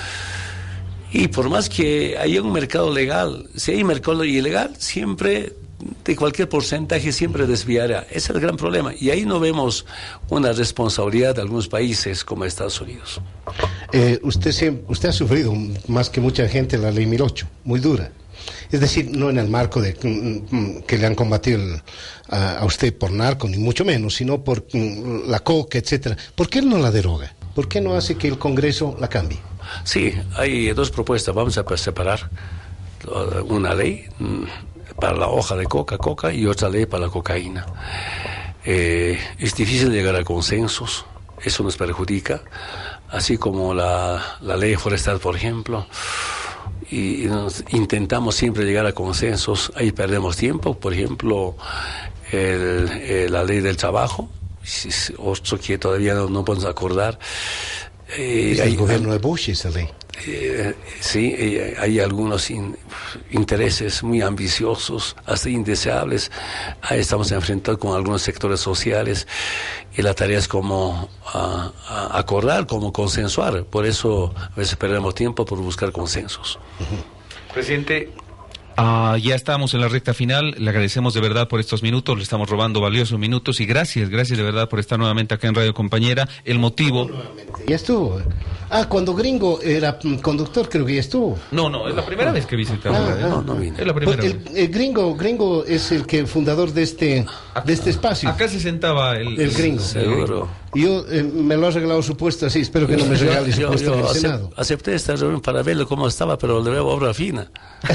Y por más que haya un mercado legal, si hay un mercado ilegal, siempre, de cualquier porcentaje, siempre desviará. Ese es el gran problema. Y ahí no vemos una responsabilidad de algunos países como Estados Unidos. Eh, usted, usted ha sufrido, más que mucha gente, la ley mil ocho, muy dura. Es decir, no en el marco de que le han combatido el, a, a usted por narco, ni mucho menos, sino por la coca, etcétera. ¿Por qué él no la deroga? ¿Por qué no hace que el Congreso la cambie? Sí, hay dos propuestas. Vamos a separar una ley para la hoja de coca, coca, y otra ley para la cocaína. Eh, es difícil llegar a consensos, eso nos perjudica, así como la, la ley forestal, por ejemplo. Y nos intentamos siempre llegar a consensos, ahí perdemos tiempo. Por ejemplo, el, el, la ley del trabajo, otro que todavía no, no podemos acordar. Eh, es el hay, gobierno de Bush esa ley. Eh, sí, eh, hay algunos in, intereses muy ambiciosos, hasta indeseables. Ahí estamos enfrentados con algunos sectores sociales y la tarea es como a, a acordar, como consensuar. Por eso a veces perdemos tiempo por buscar consensos. Uh-huh. Presidente, Uh, ya estamos en la recta final, le agradecemos de verdad por estos minutos, le estamos robando valiosos minutos y gracias, gracias de verdad por estar nuevamente acá en Radio Compañera. El motivo... Ya estuvo. Ah, cuando Gringo era conductor creo que ya estuvo. No, no, es la primera vez que visitamos. Ah, no, ah, no vine. Es la primera el, vez. El Gringo, Gringo es el que fundador de este, de este espacio. Acá se sentaba el, el Gringo. Seguro. Yo eh, me lo ha regalado su puesto así, espero que no me regale su yo, puesto yo en el acep Senado. Acepté esta reunión para verlo cómo estaba, pero le veo obra fina.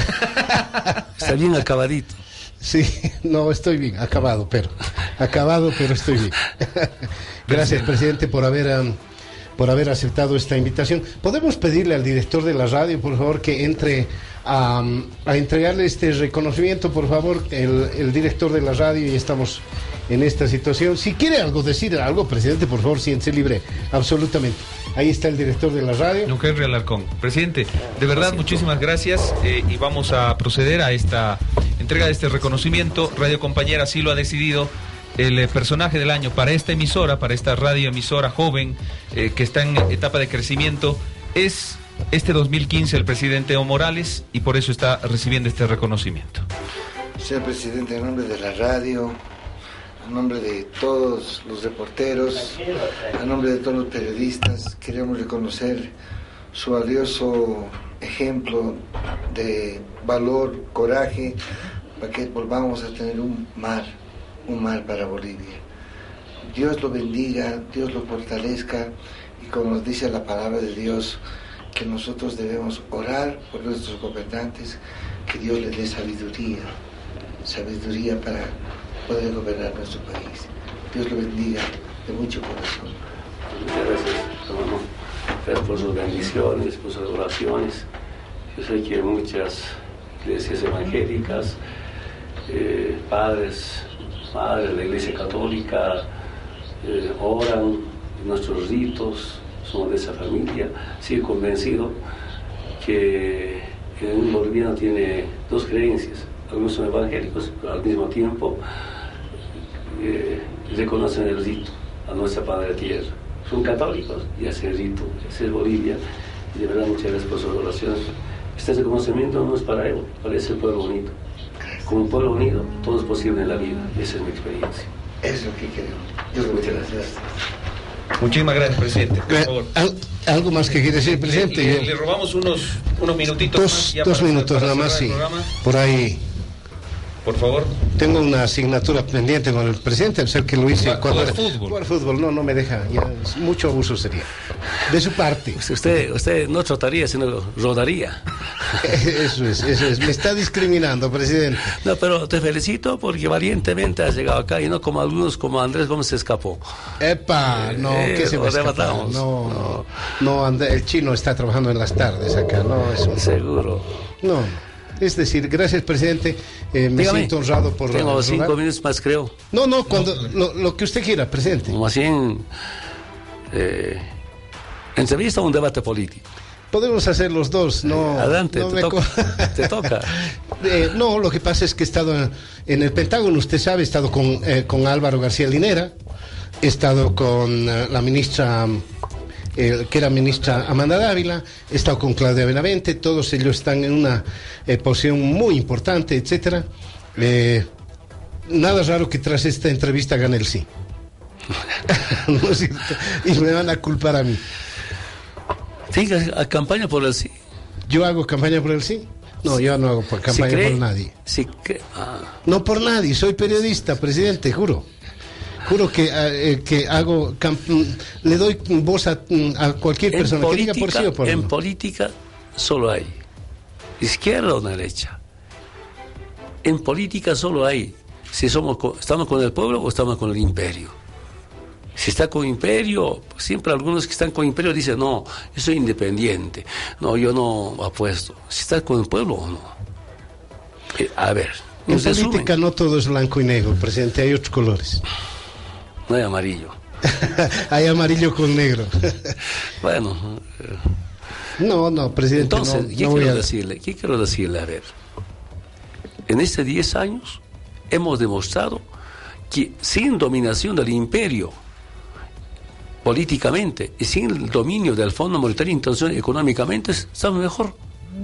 Está bien acabadito. Sí, no, estoy bien, acabado, pero acabado, pero estoy bien. Gracias, presidente, por haber um, por haber aceptado esta invitación. ¿Podemos pedirle al director de la radio, por favor, que entre a, um, a entregarle este reconocimiento, por favor, el, el director de la radio, y estamos en esta situación? Si quiere algo, decir algo, presidente, por favor, siéntese libre, absolutamente. Ahí está el director de la radio. Don Henry Alarcón. Presidente, de verdad, muchísimas gracias eh, y vamos a proceder a esta entrega de este reconocimiento. Radio Compañera así lo ha decidido. El eh, personaje del año para esta emisora, para esta radio emisora joven eh, que está en etapa de crecimiento, es este dos mil quince el presidente Evo Morales, y por eso está recibiendo este reconocimiento. Señor presidente, en nombre de la radio, en nombre de todos los reporteros, en nombre de todos los periodistas, queremos reconocer su valioso ejemplo de valor, coraje, para que volvamos a tener un mar, un mar para Bolivia. Dios lo bendiga, Dios lo fortalezca, y como nos dice la palabra de Dios, que nosotros debemos orar por nuestros gobernantes, que Dios les dé sabiduría, sabiduría para poder gobernar nuestro país. Dios lo bendiga de mucho corazón. Muchas gracias. por sus bendiciones, por sus oraciones. Yo sé que muchas iglesias evangélicas, eh, padres, madres de la Iglesia Católica, eh, oran nuestros ritos, somos de esa familia. Sí, convencido que un boliviano tiene dos creencias. Algunos son evangélicos, pero al mismo tiempo eh, reconocen el rito a nuestra Madre Tierra. Son católicos y hacen rito, ese es Bolivia. Y de verdad, muchas gracias por sus oraciones. Este reconocimiento no es para él, para ese pueblo unido. Como un pueblo unido, todo es posible en la vida. Esa es mi experiencia. Es lo que queremos. Dios lo muchas gracias. Muchísimas gracias, presidente. Por favor. Al, ¿Algo más que quiere decir, presidente? Le, le, le robamos unos, unos minutitos dos, más. Ya dos para, minutos para nada más, sí. Por ahí. Por favor. Tengo una asignatura pendiente con el presidente, al ser que lo hice jugar, cuando jugar fútbol. Jugar fútbol, no, no me deja, ya, mucho abuso sería. De su parte. Usted, usted no trotaría, sino rodaría. Eso es, eso es. Me está discriminando, presidente. No, pero te felicito porque valientemente has llegado acá y no como algunos, como Andrés Gómez se escapó. Epa, no, eh, ¿qué se va a escapar? No, no, no, no, el chino está trabajando en las tardes acá, no, eso. Seguro. No. Es decir, gracias, presidente. Eh, me Dígame, siento honrado por... Tengo cinco rodar. minutos más, creo. No, no, cuando lo, lo que usted quiera, presidente. Más bien, eh, entrevista o un debate político. Podemos hacer los dos, no... Adelante, no te, me toca, co- te toca. Eh, no, lo que pasa es que he estado en, en el Pentágono, usted sabe, he estado con, eh, con Álvaro García Linera, he estado con eh, la ministra... Eh, que era ministra Amanda Dávila, he estado con Claudia Benavente, todos ellos están en una eh, posición muy importante, etcétera. Eh, nada raro que tras esta entrevista gane el sí. ¿No es cierto? Y me van a culpar a mí. Sí, a campaña por el sí. ¿Yo hago campaña por el sí? No, yo no hago por campaña si cree, por nadie. Si cree, ah. No por nadie, soy periodista, presidente, juro. Juro que, eh, que hago camp- le doy voz a, a cualquier persona en política, que diga por sí o por no. En política solo hay izquierda o derecha. En política solo hay si somos con, estamos con el pueblo o estamos con el imperio. Si está con imperio, siempre algunos que están con imperio dicen, no, yo soy independiente, no, yo no apuesto. Si estás con el pueblo o no. Eh, a ver, en resumen, política no todo es blanco y negro, presidente, hay otros colores. no hay amarillo. Hay amarillo con negro. Bueno. Eh, no, no, presidente, entonces, no, ¿qué, no quiero voy a... decirle? ¿qué quiero decirle? A ver, en estos diez años hemos demostrado que sin dominación del imperio políticamente y sin el dominio del Fondo Monetario Internacional económicamente estamos mejor.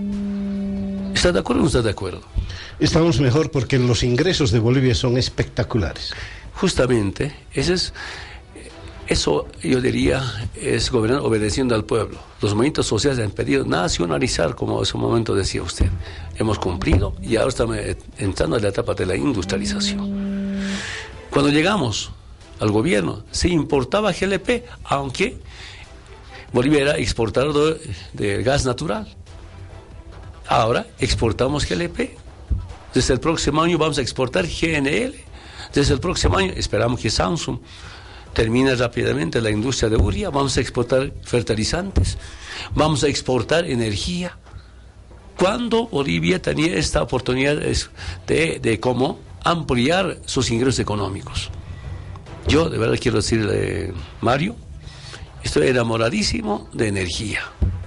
¿Está de acuerdo o no está de acuerdo? Estamos mejor porque los ingresos de Bolivia son espectaculares. Justamente, ese es, eso yo diría es gobernar obedeciendo al pueblo. Los movimientos sociales han pedido nacionalizar, como en ese momento decía usted. Hemos cumplido y ahora estamos entrando en la etapa de la industrialización. Cuando llegamos al gobierno, se importaba G L P, aunque Bolivia era exportador de, de gas natural. Ahora exportamos G L P. Desde el próximo año vamos a exportar G N L. Desde el próximo año esperamos que Samsung termine rápidamente la industria de urea. Vamos a exportar fertilizantes. Vamos a exportar energía. ¿Cuándo Bolivia tenía esta oportunidad de, de cómo ampliar sus ingresos económicos? Yo de verdad quiero decirle, Mario, estoy enamoradísimo de energía.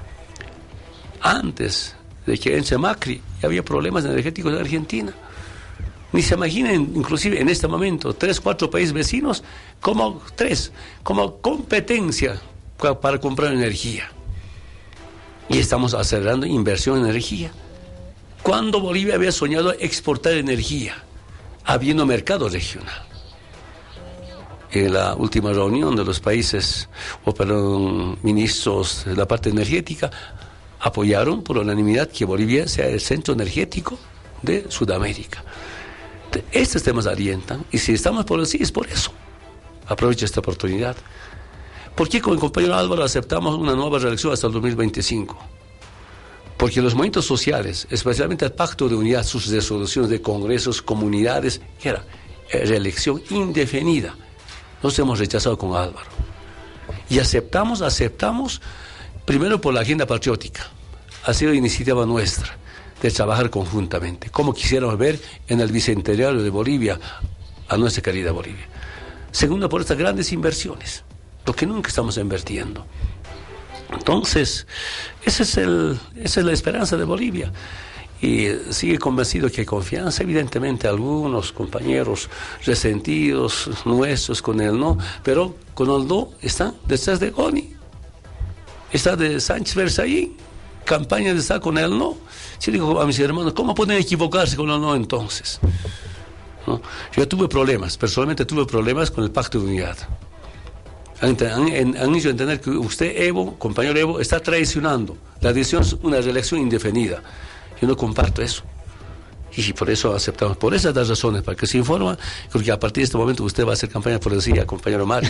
Antes de que entre Macri ya había problemas energéticos en Argentina. Ni se imaginen, inclusive en este momento, tres, cuatro países vecinos, como tres, como competencia para comprar energía. Y estamos acelerando inversión en energía. ¿Cuándo Bolivia había soñado exportar energía, habiendo mercado regional? En la última reunión de los países, o perdón, ministros de la parte energética, apoyaron por unanimidad que Bolivia sea el centro energético de Sudamérica. Estos temas alientan, y si estamos por así es por eso. Aprovecho esta oportunidad. ¿Por qué con el compañero Álvaro aceptamos una nueva reelección hasta el dos mil veinticinco? Porque los movimientos sociales, especialmente el Pacto de Unidad, sus resoluciones de congresos, comunidades, era reelección indefinida. Nos hemos rechazado con Álvaro. Y aceptamos, aceptamos, Primero por la agenda patriótica. Ha sido iniciativa nuestra de trabajar conjuntamente, como quisiéramos ver en el bicentenario de Bolivia a nuestra querida Bolivia. Segundo, por estas grandes inversiones, lo que nunca estamos invirtiendo. Entonces, ese es el, esa es la esperanza de Bolivia. Y sigue convencido que hay confianza, evidentemente algunos compañeros resentidos nuestros con el no, pero con el no están detrás de Goni, está de Sánchez Versailles, campaña de estar con el no. Yo digo a mis hermanos, ¿cómo pueden equivocarse con el no entonces? ¿No? Yo tuve problemas, personalmente tuve problemas con el Pacto de Unidad. Han, han, han hecho entender que usted, Evo, compañero Evo, está traicionando. La decisión es una reelección indefinida. Yo no comparto eso. Y por eso aceptamos, por esas dos razones, para que se informa, porque a partir de este momento usted va a hacer campaña por decir, compañero Mario.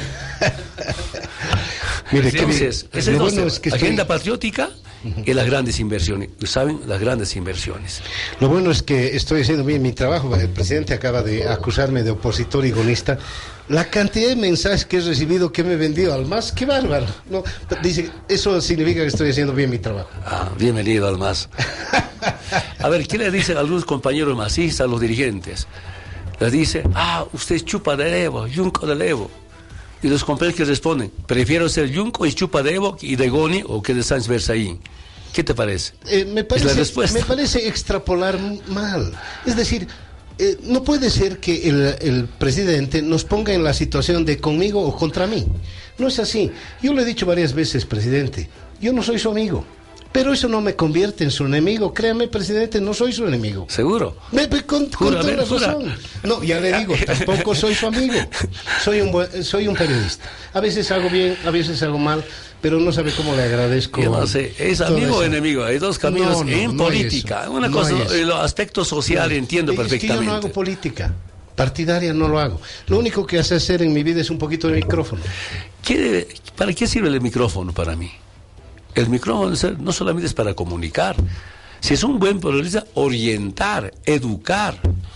Mire, entonces, que, ese es bueno es es que agenda estoy... patriótica y las grandes inversiones. ¿Saben? Las grandes inversiones. Lo bueno es que estoy haciendo bien mi trabajo. El presidente acaba de acusarme de opositor y gonista. La cantidad de mensajes que he recibido que me he vendido al MAS, qué bárbaro. No, dice, eso significa que estoy haciendo bien mi trabajo. Ah, bienvenido al MAS. A ver, ¿qué le dicen algunos compañeros masistas a los dirigentes? Les dice, ah, usted es chupa de Evo, yunco del Evo. Y los compañeros que responden, prefiero ser yunco y chupa de Evo y de Goni o que de Sánchez Versailles. ¿Qué te parece? Eh, me parece, es la respuesta. Me parece extrapolar mal. Es decir, eh, no puede ser que el, el presidente nos ponga en la situación de conmigo o contra mí. No es así. Yo le he dicho varias veces, presidente, yo no soy su amigo. Pero eso no me convierte en su enemigo. Créame, presidente, no soy su enemigo. ¿Seguro? Me, me, con con toda la razón. No, ya le digo, tampoco soy su amigo. Soy un, buen, soy un periodista. A veces hago bien, a veces hago mal, pero no sabe cómo le agradezco. Yo no sé, ¿es amigo o enemigo? Hay dos caminos no, no, en no política. Una no cosa, en el aspecto social no, entiendo es perfectamente. Que yo no hago política. Partidaria no lo hago. Lo único que hace hacer en mi vida es un poquito de micrófono. ¿Qué debe, ¿Para qué sirve el micrófono para mí? El micrófono no solamente es para comunicar, si es un buen periodista, orientar, educar.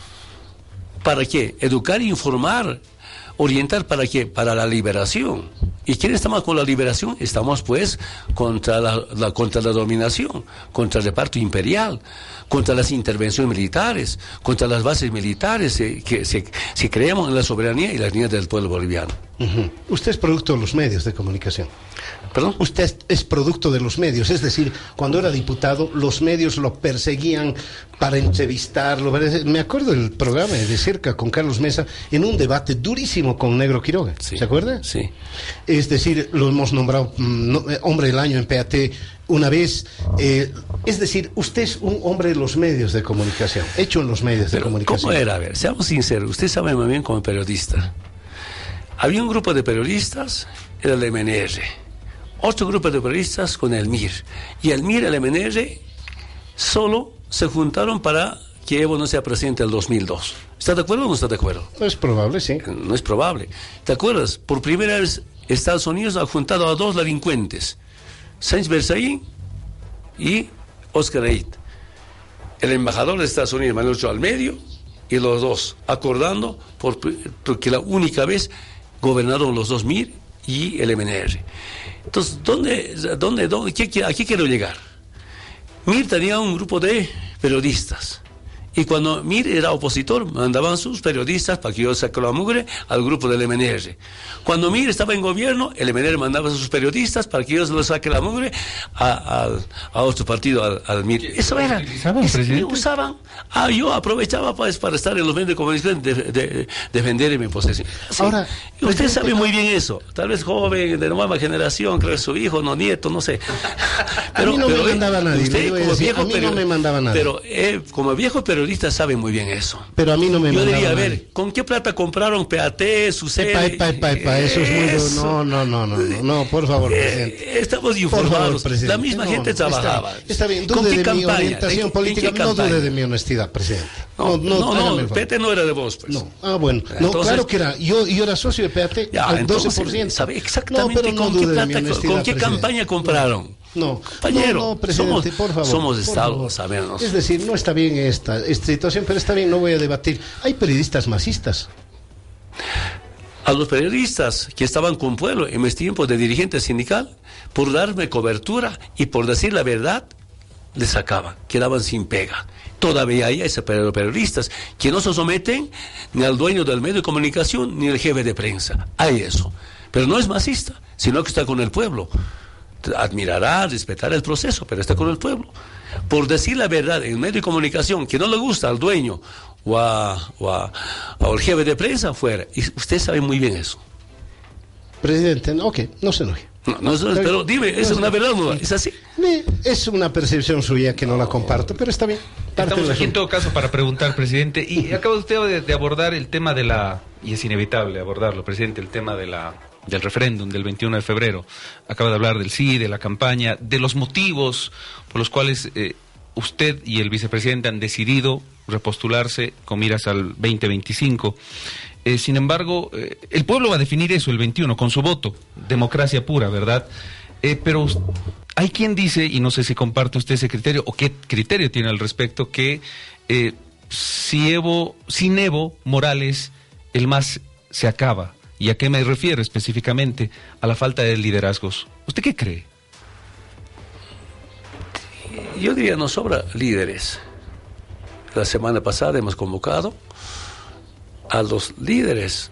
¿Para qué? Educar e informar. ¿Orientar para qué? Para la liberación. ¿Y quién estamos con la liberación? Estamos pues contra la, la, contra la dominación, contra el reparto imperial, contra las intervenciones militares, contra las bases militares, eh, que si, si creemos en la soberanía y la dignidad del pueblo boliviano. Uh-huh. Usted es producto de los medios de comunicación. ¿Perdón? Usted es producto de los medios, es decir, cuando era diputado, los medios lo perseguían para entrevistarlo. Me acuerdo del programa de cerca con Carlos Mesa en un debate durísimo con Negro Quiroga. Sí, ¿se acuerda? Sí. Es decir, lo hemos nombrado no, hombre del año en P A T una vez. Eh, es decir, usted es un hombre de los medios de comunicación, hecho en los medios Pero, de comunicación. ¿cómo era? A ver, seamos sinceros, usted sabe muy bien como periodista. Había un grupo de periodistas, era el M N R. Otro grupo de periodistas con el M I R. Y el M I R y el M N R solo se juntaron para que Evo no sea presidente del dos mil dos. ¿Está de acuerdo o no está de acuerdo? No es probable, sí. No es probable. ¿Te acuerdas? Por primera vez Estados Unidos ha juntado a dos delincuentes, Sánchez Versailles y Oscar Reid. El embajador de Estados Unidos, Manuel Ochoa, al medio, y los dos acordando por, porque la única vez gobernaron los dos M I R y el M N R. Entonces, ¿dónde, dónde, dónde, qué, ¿a qué quiero llegar? M I R tenía un grupo de periodistas. Y cuando M I R era opositor, mandaban sus periodistas para que yo saque la mugre al grupo del M N R. Cuando M I R estaba en gobierno, el M N R mandaba a sus periodistas para que ellos lo saquen la mugre a, a, a otro partido, al, al M I R. Eso era. Es que usaban. Ah, yo aprovechaba pues, para estar en los medios de comunicación, de, de, de defender mi posesión. Sí. Ahora, usted sabe muy bien eso. Tal vez joven, de nueva generación, creo que su hijo, no nieto, no sé. Pero, a mí no pero, me mandaba nadie. Usted, como decir, viejo, a mí no me mandaba nadie. Pero eh, como viejo periodista sabe muy bien eso. Pero a mí no me Yo mandaba diría, a ver, nadie. ¿con qué plata compraron P A T, su sede? Epa, epa, epa, epa, eso es muy duro. No, no, no, no, no, no, por favor, presidente. Eh, estamos informados. Favor, la misma no, gente no, trabajaba. Está, está bien, dude ¿Con qué de campaña? mi orientación ¿En, política, en qué no campaña? dude de mi honestidad, presidente. No, no, no, no P A T no era de vos, pues. No, ah, bueno. No, entonces, claro que era. Yo, yo era socio de P A T ya, al entonces, doce por ciento. ¿Sabe exactamente no, pero no con qué dude de mi plata, honestidad, con qué presidente. campaña compraron? No, compañero, no, no, presidente, somos, por favor. somos por Estado, favor. sabemos. Es decir, no está bien esta, esta situación, pero está bien, no voy a debatir. Hay periodistas masistas. a los periodistas que estaban con Pueblo en mis tiempos de dirigente sindical, por darme cobertura y por decir la verdad, les sacaban, quedaban sin pega. Todavía hay ese periodistas que no se someten ni al dueño del medio de comunicación ni al jefe de prensa. Hay eso. Pero no es masista, sino que está con el pueblo. Admirará, respetará el proceso, pero está con el pueblo. Por decir la verdad en el medio de comunicación que no le gusta al dueño o, a, o, a, o al jefe de prensa, fuera. Y usted sabe muy bien eso. Presidente, ok, no se enoje. No, no, no, pero dime, ¿es una verdad o no? ¿Es así? Es una percepción suya que no la comparto, pero está bien. Estamos aquí en todo caso para preguntar, presidente, y acaba usted de, de abordar el tema de la, y es inevitable abordarlo, presidente, el tema de la del referéndum del veintiuno de febrero. Acaba de hablar del sí, de la campaña, de los motivos por los cuales eh, usted y el vicepresidente han decidido repostularse con miras al veinte veinticinco. Eh, sin embargo, eh, el pueblo va a definir eso el veintiuno con su voto, democracia pura, ¿verdad? Eh, pero hay quien dice, y no sé si comparte usted ese criterio, o qué criterio tiene al respecto, que eh, si Evo, sin Evo Morales, el M A S se acaba. ¿Y a qué me refiero específicamente? A la falta de liderazgos. ¿Usted qué cree? Yo diría, nos sobra líderes. La semana pasada hemos convocado a los líderes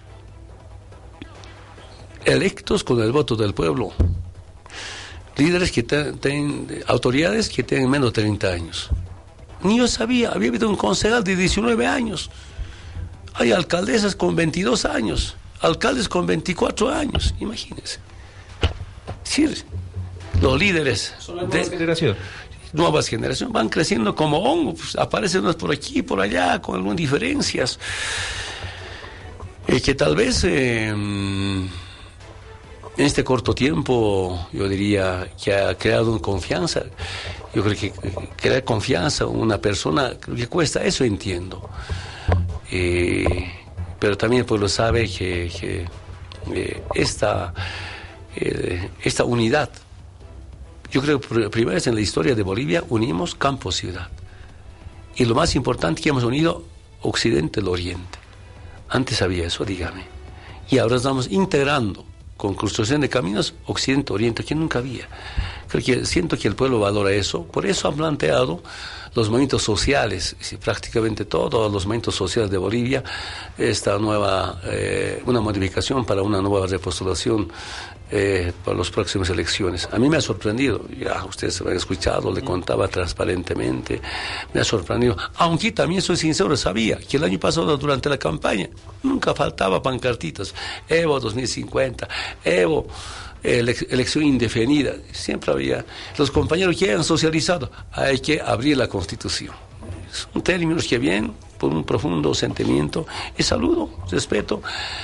electos con el voto del pueblo. Líderes que tienen, autoridades que tienen menos de treinta años. Ni yo sabía, había habido un concejal de diecinueve años. Hay alcaldesas con veintidós años, alcaldes con veinticuatro años, imagínense. Sí, los líderes son la nueva generación. Nuevas generaciones van creciendo como hongos, pues, aparecen unos por aquí, por allá, con algunas diferencias. Eh, que tal vez eh, en este corto tiempo, yo diría que ha creado confianza. Yo creo que crear confianza en una persona, creo que cuesta, eso entiendo. Eh, pero también el pueblo sabe que, que eh, esta, eh, esta unidad, yo creo que por primera vez en la historia de Bolivia unimos campo-ciudad. Y lo más importante que hemos unido Occidente al Oriente. Antes había eso, dígame. Y ahora estamos integrando con construcción de caminos Occidente-Oriente, que nunca había. Creo que siento que el pueblo valora eso. Por eso han planteado los movimientos sociales, prácticamente todos los movimientos sociales de Bolivia, esta nueva, eh, una modificación para una nueva repostulación eh, para las próximas elecciones. A mí me ha sorprendido, ya ustedes han escuchado, le contaba transparentemente, me ha sorprendido, aunque también soy sincero, sabía que el año pasado durante la campaña nunca faltaba pancartitas, Evo dos mil cincuenta, Evo elección indefinida, siempre había los compañeros que han socializado, hay que abrir la Constitución. Son términos que vienen por un profundo sentimiento y saludo, respeto,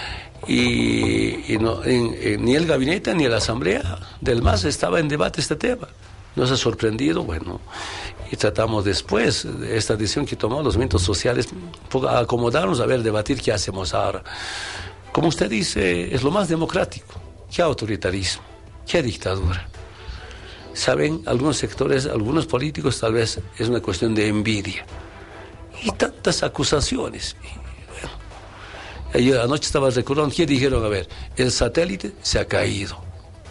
y, y no, en, en, ni el gabinete ni la asamblea del M A S estaba en debate este tema. Nos ha sorprendido, bueno, y tratamos después de esta decisión que tomó los movimientos sociales, acomodarnos a ver, debatir qué hacemos ahora. Como usted dice, es lo más democrático. ¿Qué autoritarismo? ¿Qué dictadura? Saben, algunos sectores, algunos políticos tal vez es una cuestión de envidia. Y tantas acusaciones. Y, bueno, yo anoche estaba recordando, ¿qué dijeron? A ver, el satélite se ha caído.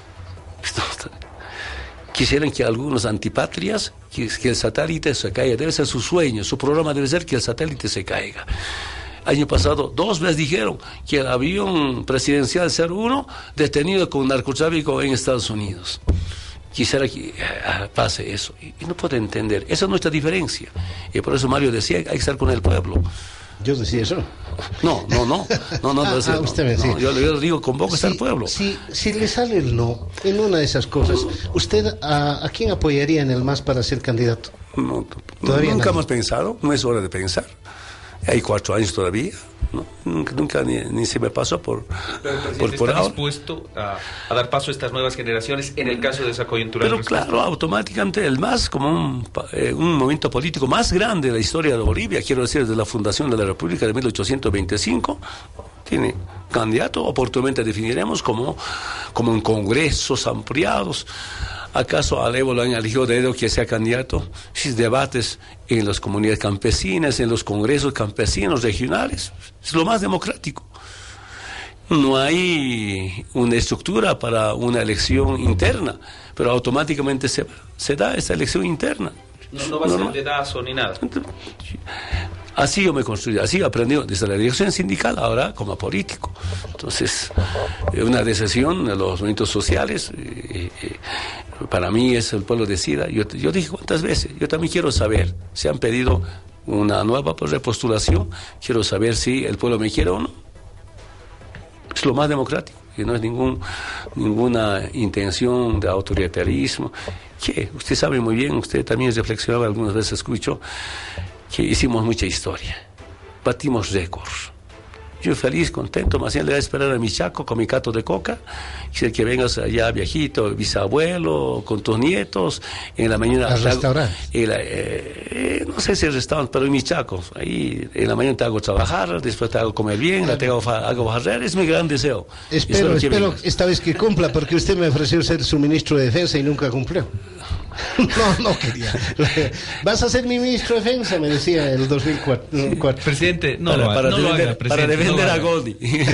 Quisieran que algunos antipatrias, que, que el satélite se caiga. Debe ser su sueño, su programa debe ser que el satélite se caiga. Año pasado, dos veces dijeron que el avión presidencial cero uno detenido con narcotráfico en Estados Unidos. Quisiera que uh, pase eso. Y, y no puedo entender. Esa es nuestra diferencia. Y por eso Mario decía, hay que estar con el pueblo. Yo decía eso. No, no, no. no, no, no, ah, no, usted me decía. No, yo, yo digo, convoca si, al pueblo. Si, si le sale el no en una de esas cosas, ¿usted a, a quién apoyaría en el M A S para ser candidato? No, Todavía nunca nadie. hemos pensado. No es hora de pensar. Hay cuatro años todavía, ¿no? Nunca, nunca ni, ni se me pasó por, por, por ¿Está dispuesto a, a dar paso a estas nuevas generaciones en el caso de esa coyuntura? Pero claro, automáticamente el M A S como un, eh, un movimiento político más grande de la historia de Bolivia, quiero decir, desde la fundación de la República de mil ochocientos veinticinco, tiene candidato, oportunamente definiremos como, como en congresos ampliados. ¿Acaso a Evo lo han elegido de dedo que sea candidato? Si debates en las comunidades campesinas, en los congresos campesinos regionales, es lo más democrático. no hay una estructura para una elección interna, pero automáticamente se, se da esa elección interna. No, no va a ser dedazo ni nada. Así yo me construí, así aprendí desde la dirección sindical, ahora como político. Entonces, una decisión de los movimientos sociales, eh, eh, para mí es el pueblo decida. Yo, yo dije cuántas veces, yo también quiero saber, se han pedido una nueva repostulación, quiero saber si el pueblo me quiere o no. Es lo más democrático, que no es ningún, ninguna intención de autoritarismo. Que usted sabe muy bien, usted también reflexionaba, algunas veces escucho, que hicimos mucha historia, batimos récords. Yo feliz, contento, más bien le voy a esperar a mi chaco con mi cato de coca, que, que vengas allá viejito, bisabuelo, con tus nietos, en la mañana... ¿Al restaurante? Eh, eh, no sé si el restaurante, pero en mi chaco, ahí en la mañana te hago trabajar, después te hago comer bien, la te hago, hago barrer, es mi gran deseo. Espero, espero esta vez que cumpla, porque usted me ofreció ser su ministro de Defensa y nunca cumplió. No, no quería. Vas a ser mi ministro de Defensa, me decía el dos mil cuatro. Presidente, no para, lo, para, no defender, lo haga, presidente, para defender no a Goni.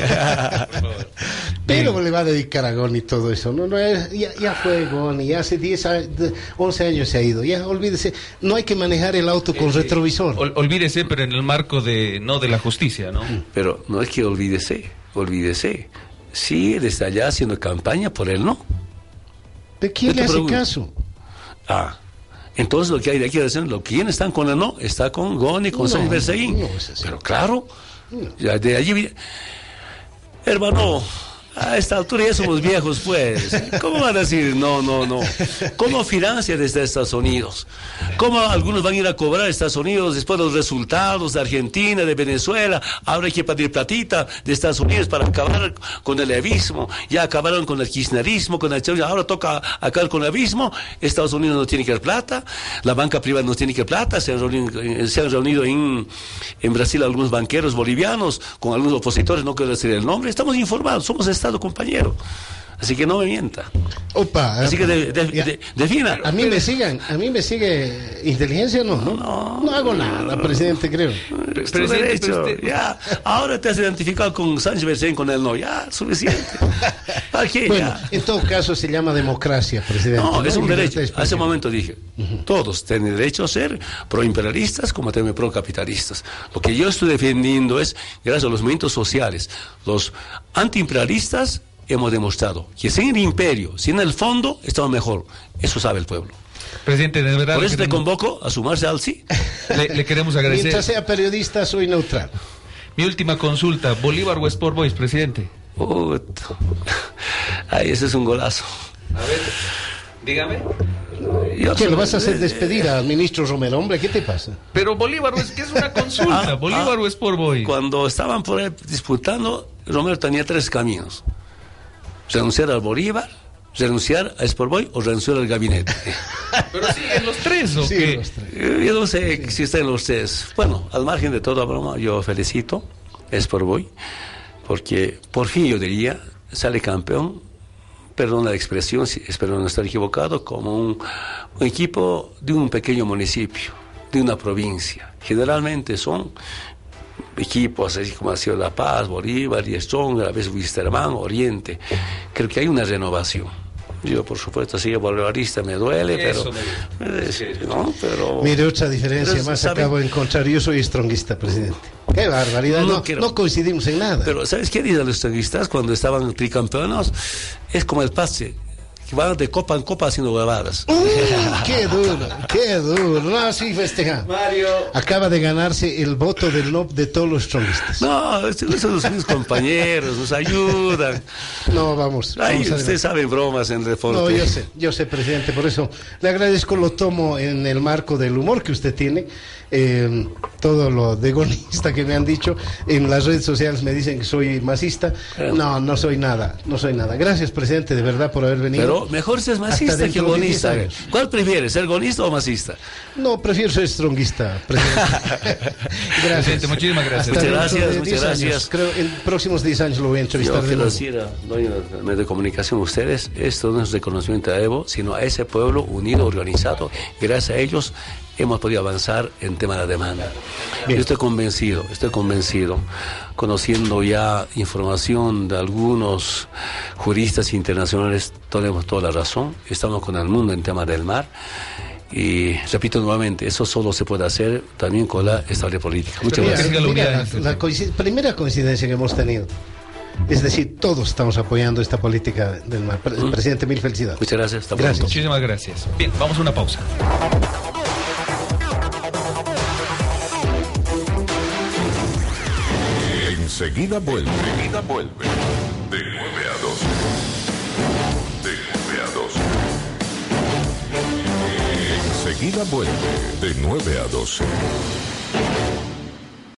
Pero bien. Le va a dedicar a Goni todo eso. No, no, ya, ya fue Goni, ya hace diez, once años se ha ido. Ya olvídese, no hay que manejar el auto con eh, retrovisor. Ol, olvídese, pero en el marco de no de la justicia, ¿no? Pero no es que olvídese, olvídese. Sí, él está allá haciendo campaña por el no. ¿De quién le hace pregunto? caso? Ah, entonces lo que hay de aquí decir, lo que están con el no, está con Goni, con Sánchez Berzaín. No, no es Pero claro, no. Ya de allí, hermano, a esta altura ya somos viejos, pues. ¿Cómo van a decir no, no, no? ¿Cómo financia desde Estados Unidos? ¿Cómo algunos van a ir a cobrar a Estados Unidos después de los resultados de Argentina, de Venezuela? Ahora hay que pedir platita de Estados Unidos para acabar con el abismo. Ya acabaron con el kirchnerismo, con el... ahora toca acabar con el abismo. Estados Unidos no tiene que dar plata, la banca privada no tiene que dar plata. Se han reunido, se han reunido en, en Brasil algunos banqueros bolivianos con algunos opositores, no quiero decir el nombre. Estamos informados, somos Estado compañero. Así que no me mienta. Opa, Así que de, de, de, defina. A mí me sigan, a mí me sigue inteligencia, no, no, no, no hago nada, presidente, creo. Es tu derecho, presidente. Ya, ahora te has identificado con Sánchez Berzaín, con el no, ya, suficiente. ¿Para qué? Bueno, ya. En todo caso se llama democracia, presidente. No, no es un derecho. Hace un momento dije, uh-huh. Todos tienen derecho a ser proimperialistas como también procapitalistas. Lo que yo estoy defendiendo es, gracias a los movimientos sociales, los antiimperialistas, hemos demostrado que sin el imperio, sin el fondo, estamos mejor. Eso sabe el pueblo. Presidente, de verdad... Por eso queremos... te convoco a sumarse al sí. Le, le queremos agradecer. Mientras sea periodista, soy neutral. Mi última consulta, ¿Bolívar o Sport Boys, presidente? Uh, ay, ese es un golazo. A ver, dígame. Yo ¿Qué, lo vas a hacer despedir al ministro Romero? Hombre, ¿qué te pasa? Pero Bolívar, es que es una consulta. Ah, ¿Bolívar ah, o Sport Boys? Cuando estaban por ahí disputando, Romero tenía tres caminos. Renunciar al Bolívar, renunciar a Sport Boy o renunciar al gabinete. Pero sí, en los tres, ¿o sí, qué? Los tres. Yo no sé sí. si está en los tres. Bueno, al margen de toda broma, yo felicito a Sport Boy, porque por fin yo diría, sale campeón, perdón la expresión, espero no estar equivocado, como un, un equipo de un pequeño municipio, de una provincia. Generalmente son equipos así como ha sido La Paz, Bolívar y Strong, a veces Wisterman, Oriente. Creo que hay una renovación. Yo, por supuesto, sigo bolivarista, me duele, Eso pero, me... Sí. ¿no? pero... Mire, otra diferencia pero, más ¿sabe? Acabo de encontrar. Yo soy stronguista, presidente. ¡Qué barbaridad! No, no, quiero... no coincidimos en nada. Pero, ¿sabes qué dicen los stronguistas cuando estaban tricampeones? Es como el pase, que van de copa en copa haciendo huevadas. Uh, ¡Qué duro! ¡Qué duro! No, así festeja. Mario. Acaba de ganarse el voto del no de todos los stronguistas. No, estos son los mis compañeros, nos ayudan. No, vamos. Ay, vamos usted sabe bromas en Reforma. No, yo sé, yo sé, presidente, por eso le agradezco, lo tomo en el marco del humor que usted tiene. Eh, todo lo de gonista que me han dicho en las redes sociales me dicen que soy masista. No, no soy nada, no soy nada. Gracias, presidente, de verdad, por haber venido. Pero mejor ser masista que gonista. ¿Cuál prefieres, ser gonista o masista? No, prefiero ser stronguista, presidente. Gracias. Presidente, muchísimas gracias. Muchas gracias, muchas gracias. Años. Creo en próximos diez años lo voy a entrevistar. Yo quiero decir a doña medio de comunicación, ustedes, esto no es reconocimiento a Evo, sino a ese pueblo unido, organizado. Gracias a ellos hemos podido avanzar en tema de la demanda. Bien. Yo estoy convencido, estoy convencido, conociendo ya información de algunos juristas internacionales, tenemos toda la razón, estamos con el mundo en tema del mar. Y repito nuevamente, eso solo se puede hacer también con la estabilidad política. Muchas Mira, gracias. mira, la, la coincid- primera coincidencia que hemos tenido. Es decir, todos estamos apoyando esta política del mar. Pre- Mm. Presidente, mil felicidades. Muchas gracias. Hasta Gracias. pronto. Muchísimas gracias. Bien, vamos a una pausa. Enseguida vuelve. Enseguida vuelve. De nueve a doce. De nueve a doce. Enseguida vuelve. De nueve a doce.